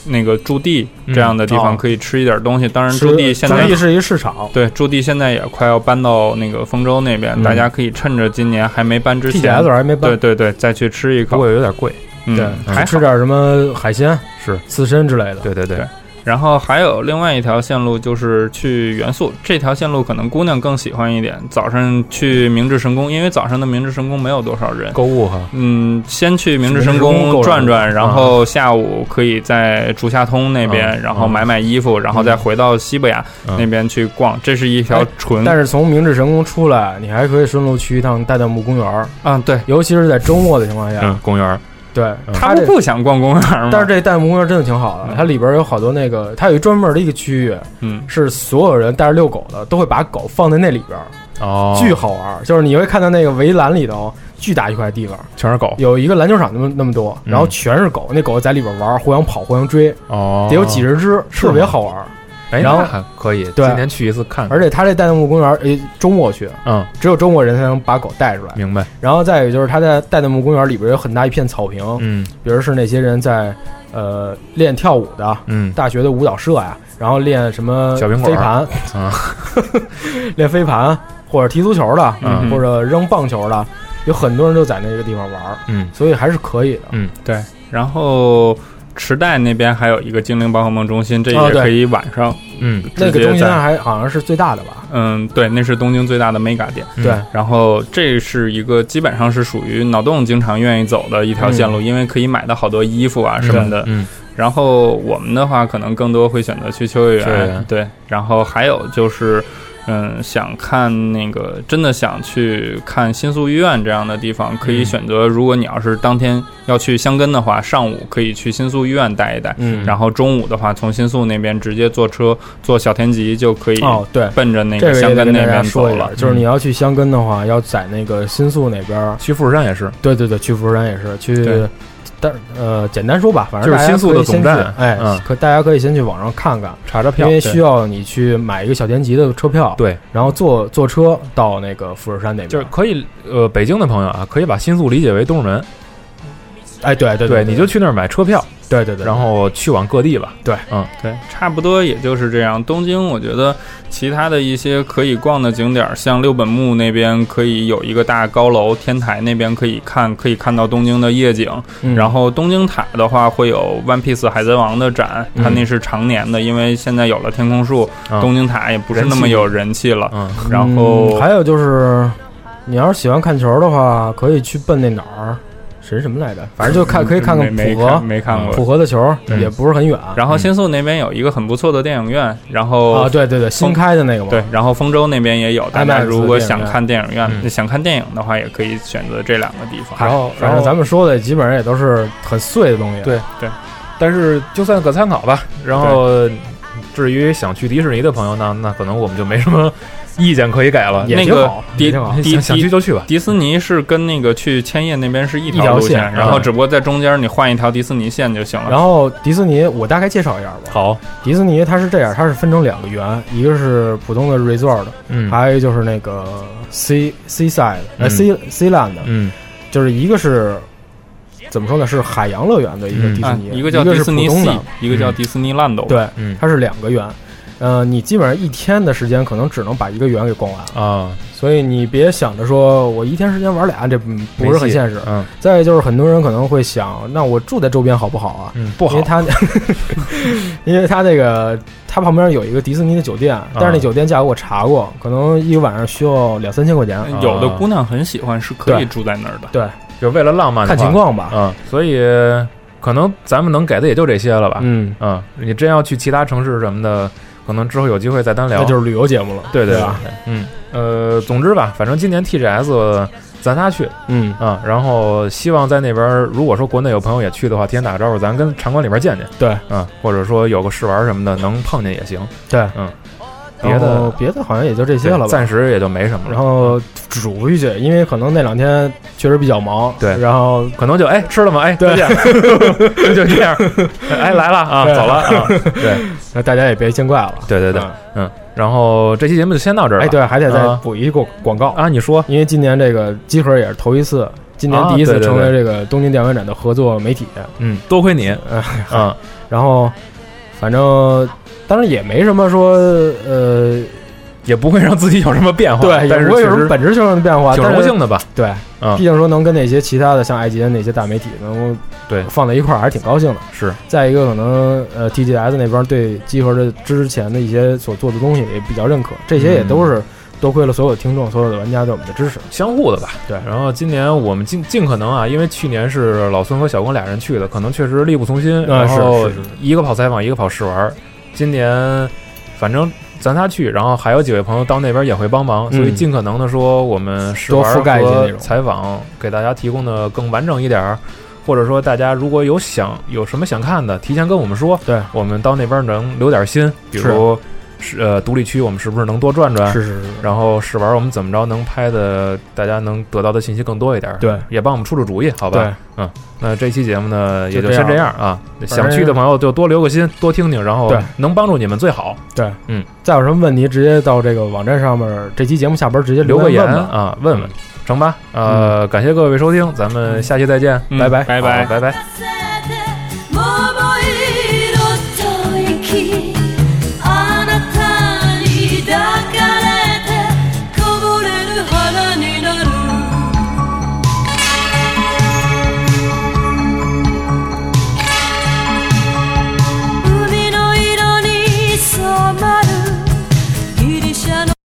B: 那个驻地这样的地方可以吃一点东西。嗯哦、当然，驻地现在
C: 驻地是一市场，
B: 对，驻地现在也快要搬到那个丰州那边，嗯、大家可以趁着今年还没搬之前
C: ，T G S 还没搬，
B: 对对对，再去吃一口，
I: 不过有点贵，
B: 嗯、
C: 对，
B: 还
C: 吃点什么海鲜，
I: 是
C: 刺身之类的，
I: 对对 对,
B: 对。然后还有另外一条线路就是去元素，这条线路可能姑娘更喜欢一点。早上去明治神宫，因为早上的明治神宫没有多少人，
I: 购物哈。
B: 嗯，先去明治神宫转转，然后下午可以在竹下通那边，嗯、然后买买衣服，嗯、然后再回到西伯雅那边去逛。嗯、这是一条纯。
C: 但是从明治神宫出来，你还可以顺路去一趟代代木公园。
B: 啊，对，
C: 尤其是在周末的情况下，
I: 嗯，公园。
C: 对，
B: 他们不想逛公园吗？
C: 但是这代木公园真的挺好的，它里边有好多那个，它有一专门的一个区域，
B: 嗯，
C: 是所有人带着遛狗的都会把狗放在那里边，
I: 哦，
C: 巨好玩。就是你会看到那个围栏里头巨大一块地方，
I: 全是狗，
C: 有一个篮球场那么那么多，然后全是狗，嗯、那狗在里边玩，互相跑，互相追，
I: 哦，
C: 得有几十只，特别好玩。
I: 哎，
C: 然后
I: 可以，
C: 对，
I: 今年去一次看看。
C: 而且他这代代木公园，诶，周末去，
I: 嗯，
C: 只有周末人才能把狗带出来。
I: 明白。
C: 然后再有就是他在代代木公园里边有很大一片草坪，
I: 嗯，
C: 比如是那些人在呃练跳舞的，
I: 嗯，
C: 大学的舞蹈社呀，然后练什么
I: 小
C: 飞盘
I: 啊，
C: 练飞盘或者踢足球的，
I: 嗯，
C: 或者扔棒球的，有很多人都在那个地方玩，
I: 嗯，
C: 所以还是可以的，
I: 嗯，
B: 对。然后池袋那边还有一个精灵宝可梦中心，这也可以晚上，
C: 哦、嗯，那个中心还好像是最大的吧？
B: 嗯，对，那是东京最大的 mega 店。
C: 对、
B: 嗯，然后这是一个基本上是属于脑洞经常愿意走的一条线路，嗯、因为可以买到好多衣服啊什么的。
I: 嗯，
B: 然后我们的话可能更多会选择去秋叶原，对，然后还有就是。嗯，想看那个真的想去看新宿医院这样的地方，可以选择。如果你要是当天要去箱根的话，上午可以去新宿医院待一待，
C: 嗯，
B: 然后中午的话，从新宿那边直接坐车坐小田急就可以。
C: 哦，对，
B: 奔着那个箱根那边走了。
C: 就是你要去箱根的话，要在那个新宿那边，
I: 去富士山也是。
C: 对对对，去富士山也是去。但呃，简单说吧，反正
I: 就是新宿的总站，
C: 哎，
I: 嗯，
C: 可大家可以先去网上看看，
I: 查查票，
C: 因为需要你去买一个小田急的车票，
I: 对，
C: 然后坐坐车到那个富士山那边，
I: 就是可以，呃，北京的朋友啊，可以把新宿理解为东直门，
C: 哎，对对
I: 对, 对, 对，你就去那儿买车票，
C: 对对对，
I: 然后去往各地吧，
C: 对，
B: 嗯，对，差不多也就是这样。东京，我觉得其他的一些可以逛的景点，像六本木那边可以有一个大高楼天台，那边可以看可以看到东京的夜景。
C: 嗯、
B: 然后东京塔的话，会有 One Piece 海贼王的展，
C: 嗯、
B: 它那是常年的，因为现在有了天空树，
I: 嗯、
B: 东京塔也不是那么有人气了。
I: 嗯，
B: 然后、
C: 嗯、还有就是，你要是喜欢看球的话，可以去奔那哪儿。是什么来着？反正就看可以看看浦和，
B: 没看过
C: 浦和的球，也不是很远。
B: 然后新宿那边有一个很不错的电影院，然后
C: 啊，对对对，新开的那个嘛。
B: 对，然后丰州那边也有。大家如果想看电影院、嗯、想看电影的话，也可以选择这两个地方。
C: 然后，反正咱们说的基本上也都是很碎的东西。
I: 对
B: 对，
I: 但是就算个参考吧。然后，至于想去迪士尼的朋友呢，那可能我们就没什么。意见可以改了，
C: 那
B: 个迪
I: 迪想去就去吧。
B: 迪士尼是跟那个去千叶那边是一条路线，然后只不过在中间你换一条迪士尼线就行了。
C: 然后迪士尼我大概介绍一下吧。
I: 好，
C: 迪士尼它是这样，它是分成两个园，一个是普通的 resort，
I: 嗯，
C: 还有一个就是那个 sea seaside， 呃 sea sealand，
I: 嗯，
C: 就是一个是。怎么说呢？是海洋乐园的一个迪士尼，
B: 嗯啊、一个叫迪士尼 Sea， 一个叫迪士尼 Land。
C: 对，
I: 嗯，
C: 它是两个园。呃，你基本上一天的时间可能只能把一个园给逛完
I: 啊，
C: 所以你别想着说我一天时间玩俩，这不是很现实。
I: 嗯，
C: 再就是很多人可能会想，那我住在周边好不好啊？
I: 嗯，不好，
C: 因为他因为他这个他旁边有一个迪士尼的酒店，但是那酒店价格我查过，可能一个晚上需要两三千块钱。
B: 有的姑娘很喜欢，是可以住在那儿的。
C: 对，
I: 就为了浪漫，
C: 看情况吧。
I: 嗯，所以可能咱们能给的也就这些了吧。
C: 嗯
I: 嗯，你真要去其他城市什么的。可能之后有机会再单聊，
C: 那就是旅游节目了，
I: 对对
C: 吧？
I: 嗯，呃，总之吧，反正今年 T G S 咱仨去，
C: 嗯
I: 啊，然后希望在那边，如果说国内有朋友也去的话，提前打个招呼，咱跟场馆里边见见，
C: 对，
I: 嗯，或者说有个试玩什么的，能碰见也行，
C: 对，
I: 嗯。别的
C: 别的好像也就这些了吧，
I: 暂时也就没什么了。
C: 然后嘱一句，因为可能那两天确实比较忙，
I: 对，
C: 然后
I: 可能就哎吃了吗？哎，再见，就这样，哎来了啊，走了啊，对，
C: 那大家也别见怪了。
I: 对对对，嗯，然后这期节目就先到这儿了。
C: 哎，对，还得再补一个广告
I: 啊，你说，
C: 因为今年这个集合也是头一次。今年第一次成为这个东京电玩展的合作媒体，
I: 嗯，多亏你，
C: 嗯， 然后反正当然也没什么说呃。
I: 也不会让自己有什么变化，
C: 对，
I: 但是
C: 也不会有什么本质性的变化，
I: 挺荣幸的吧？
C: 对，
I: 嗯，
C: 毕竟说能跟那些其他的像爱奇艺那些大媒体能
I: 对
C: 放在一块儿，还是挺高兴的。
I: 是，
C: 再一个可能呃 T G S 那边对集合的之前的一些所做的东西也比较认可，这些也都是多亏了所有的听众、所有的玩家对我们的支持，
I: 相互的吧？
C: 对。
I: 然后今年我们尽尽可能啊，因为去年是老孙和小光俩人去的，可能确实力不从心，然后一个跑采访，一个跑试玩。今年反正。咱仨去，然后还有几位朋友到那边也会帮忙，所以尽可能的说，我们试玩和采访给大家提供的更完整一点，或者说大家如果有想有什么想看的，提前跟我们说，
C: 对，
I: 我们到那边能留点心，比如是呃独立区我们是不是能多转转？
C: 是是是。
I: 然后试玩我们怎么着能拍的，大家能得到的信息更多一点，
C: 对，
I: 也帮我们出出主意，好吧？
C: 对，
I: 嗯。那这期节目呢，也就先
C: 这
I: 样啊。想去的朋友就多留个心，多听听，然后能帮助你们最好。
C: 对，
I: 嗯，
C: 再有什么问题，直接到这个网站上面，这期节目下边直接
I: 留个言
C: 问问
I: 啊，问问，成吧？呃，感谢各位收听，咱们下期再见，
B: 嗯、
C: 拜拜，
B: 拜拜，
I: 拜拜。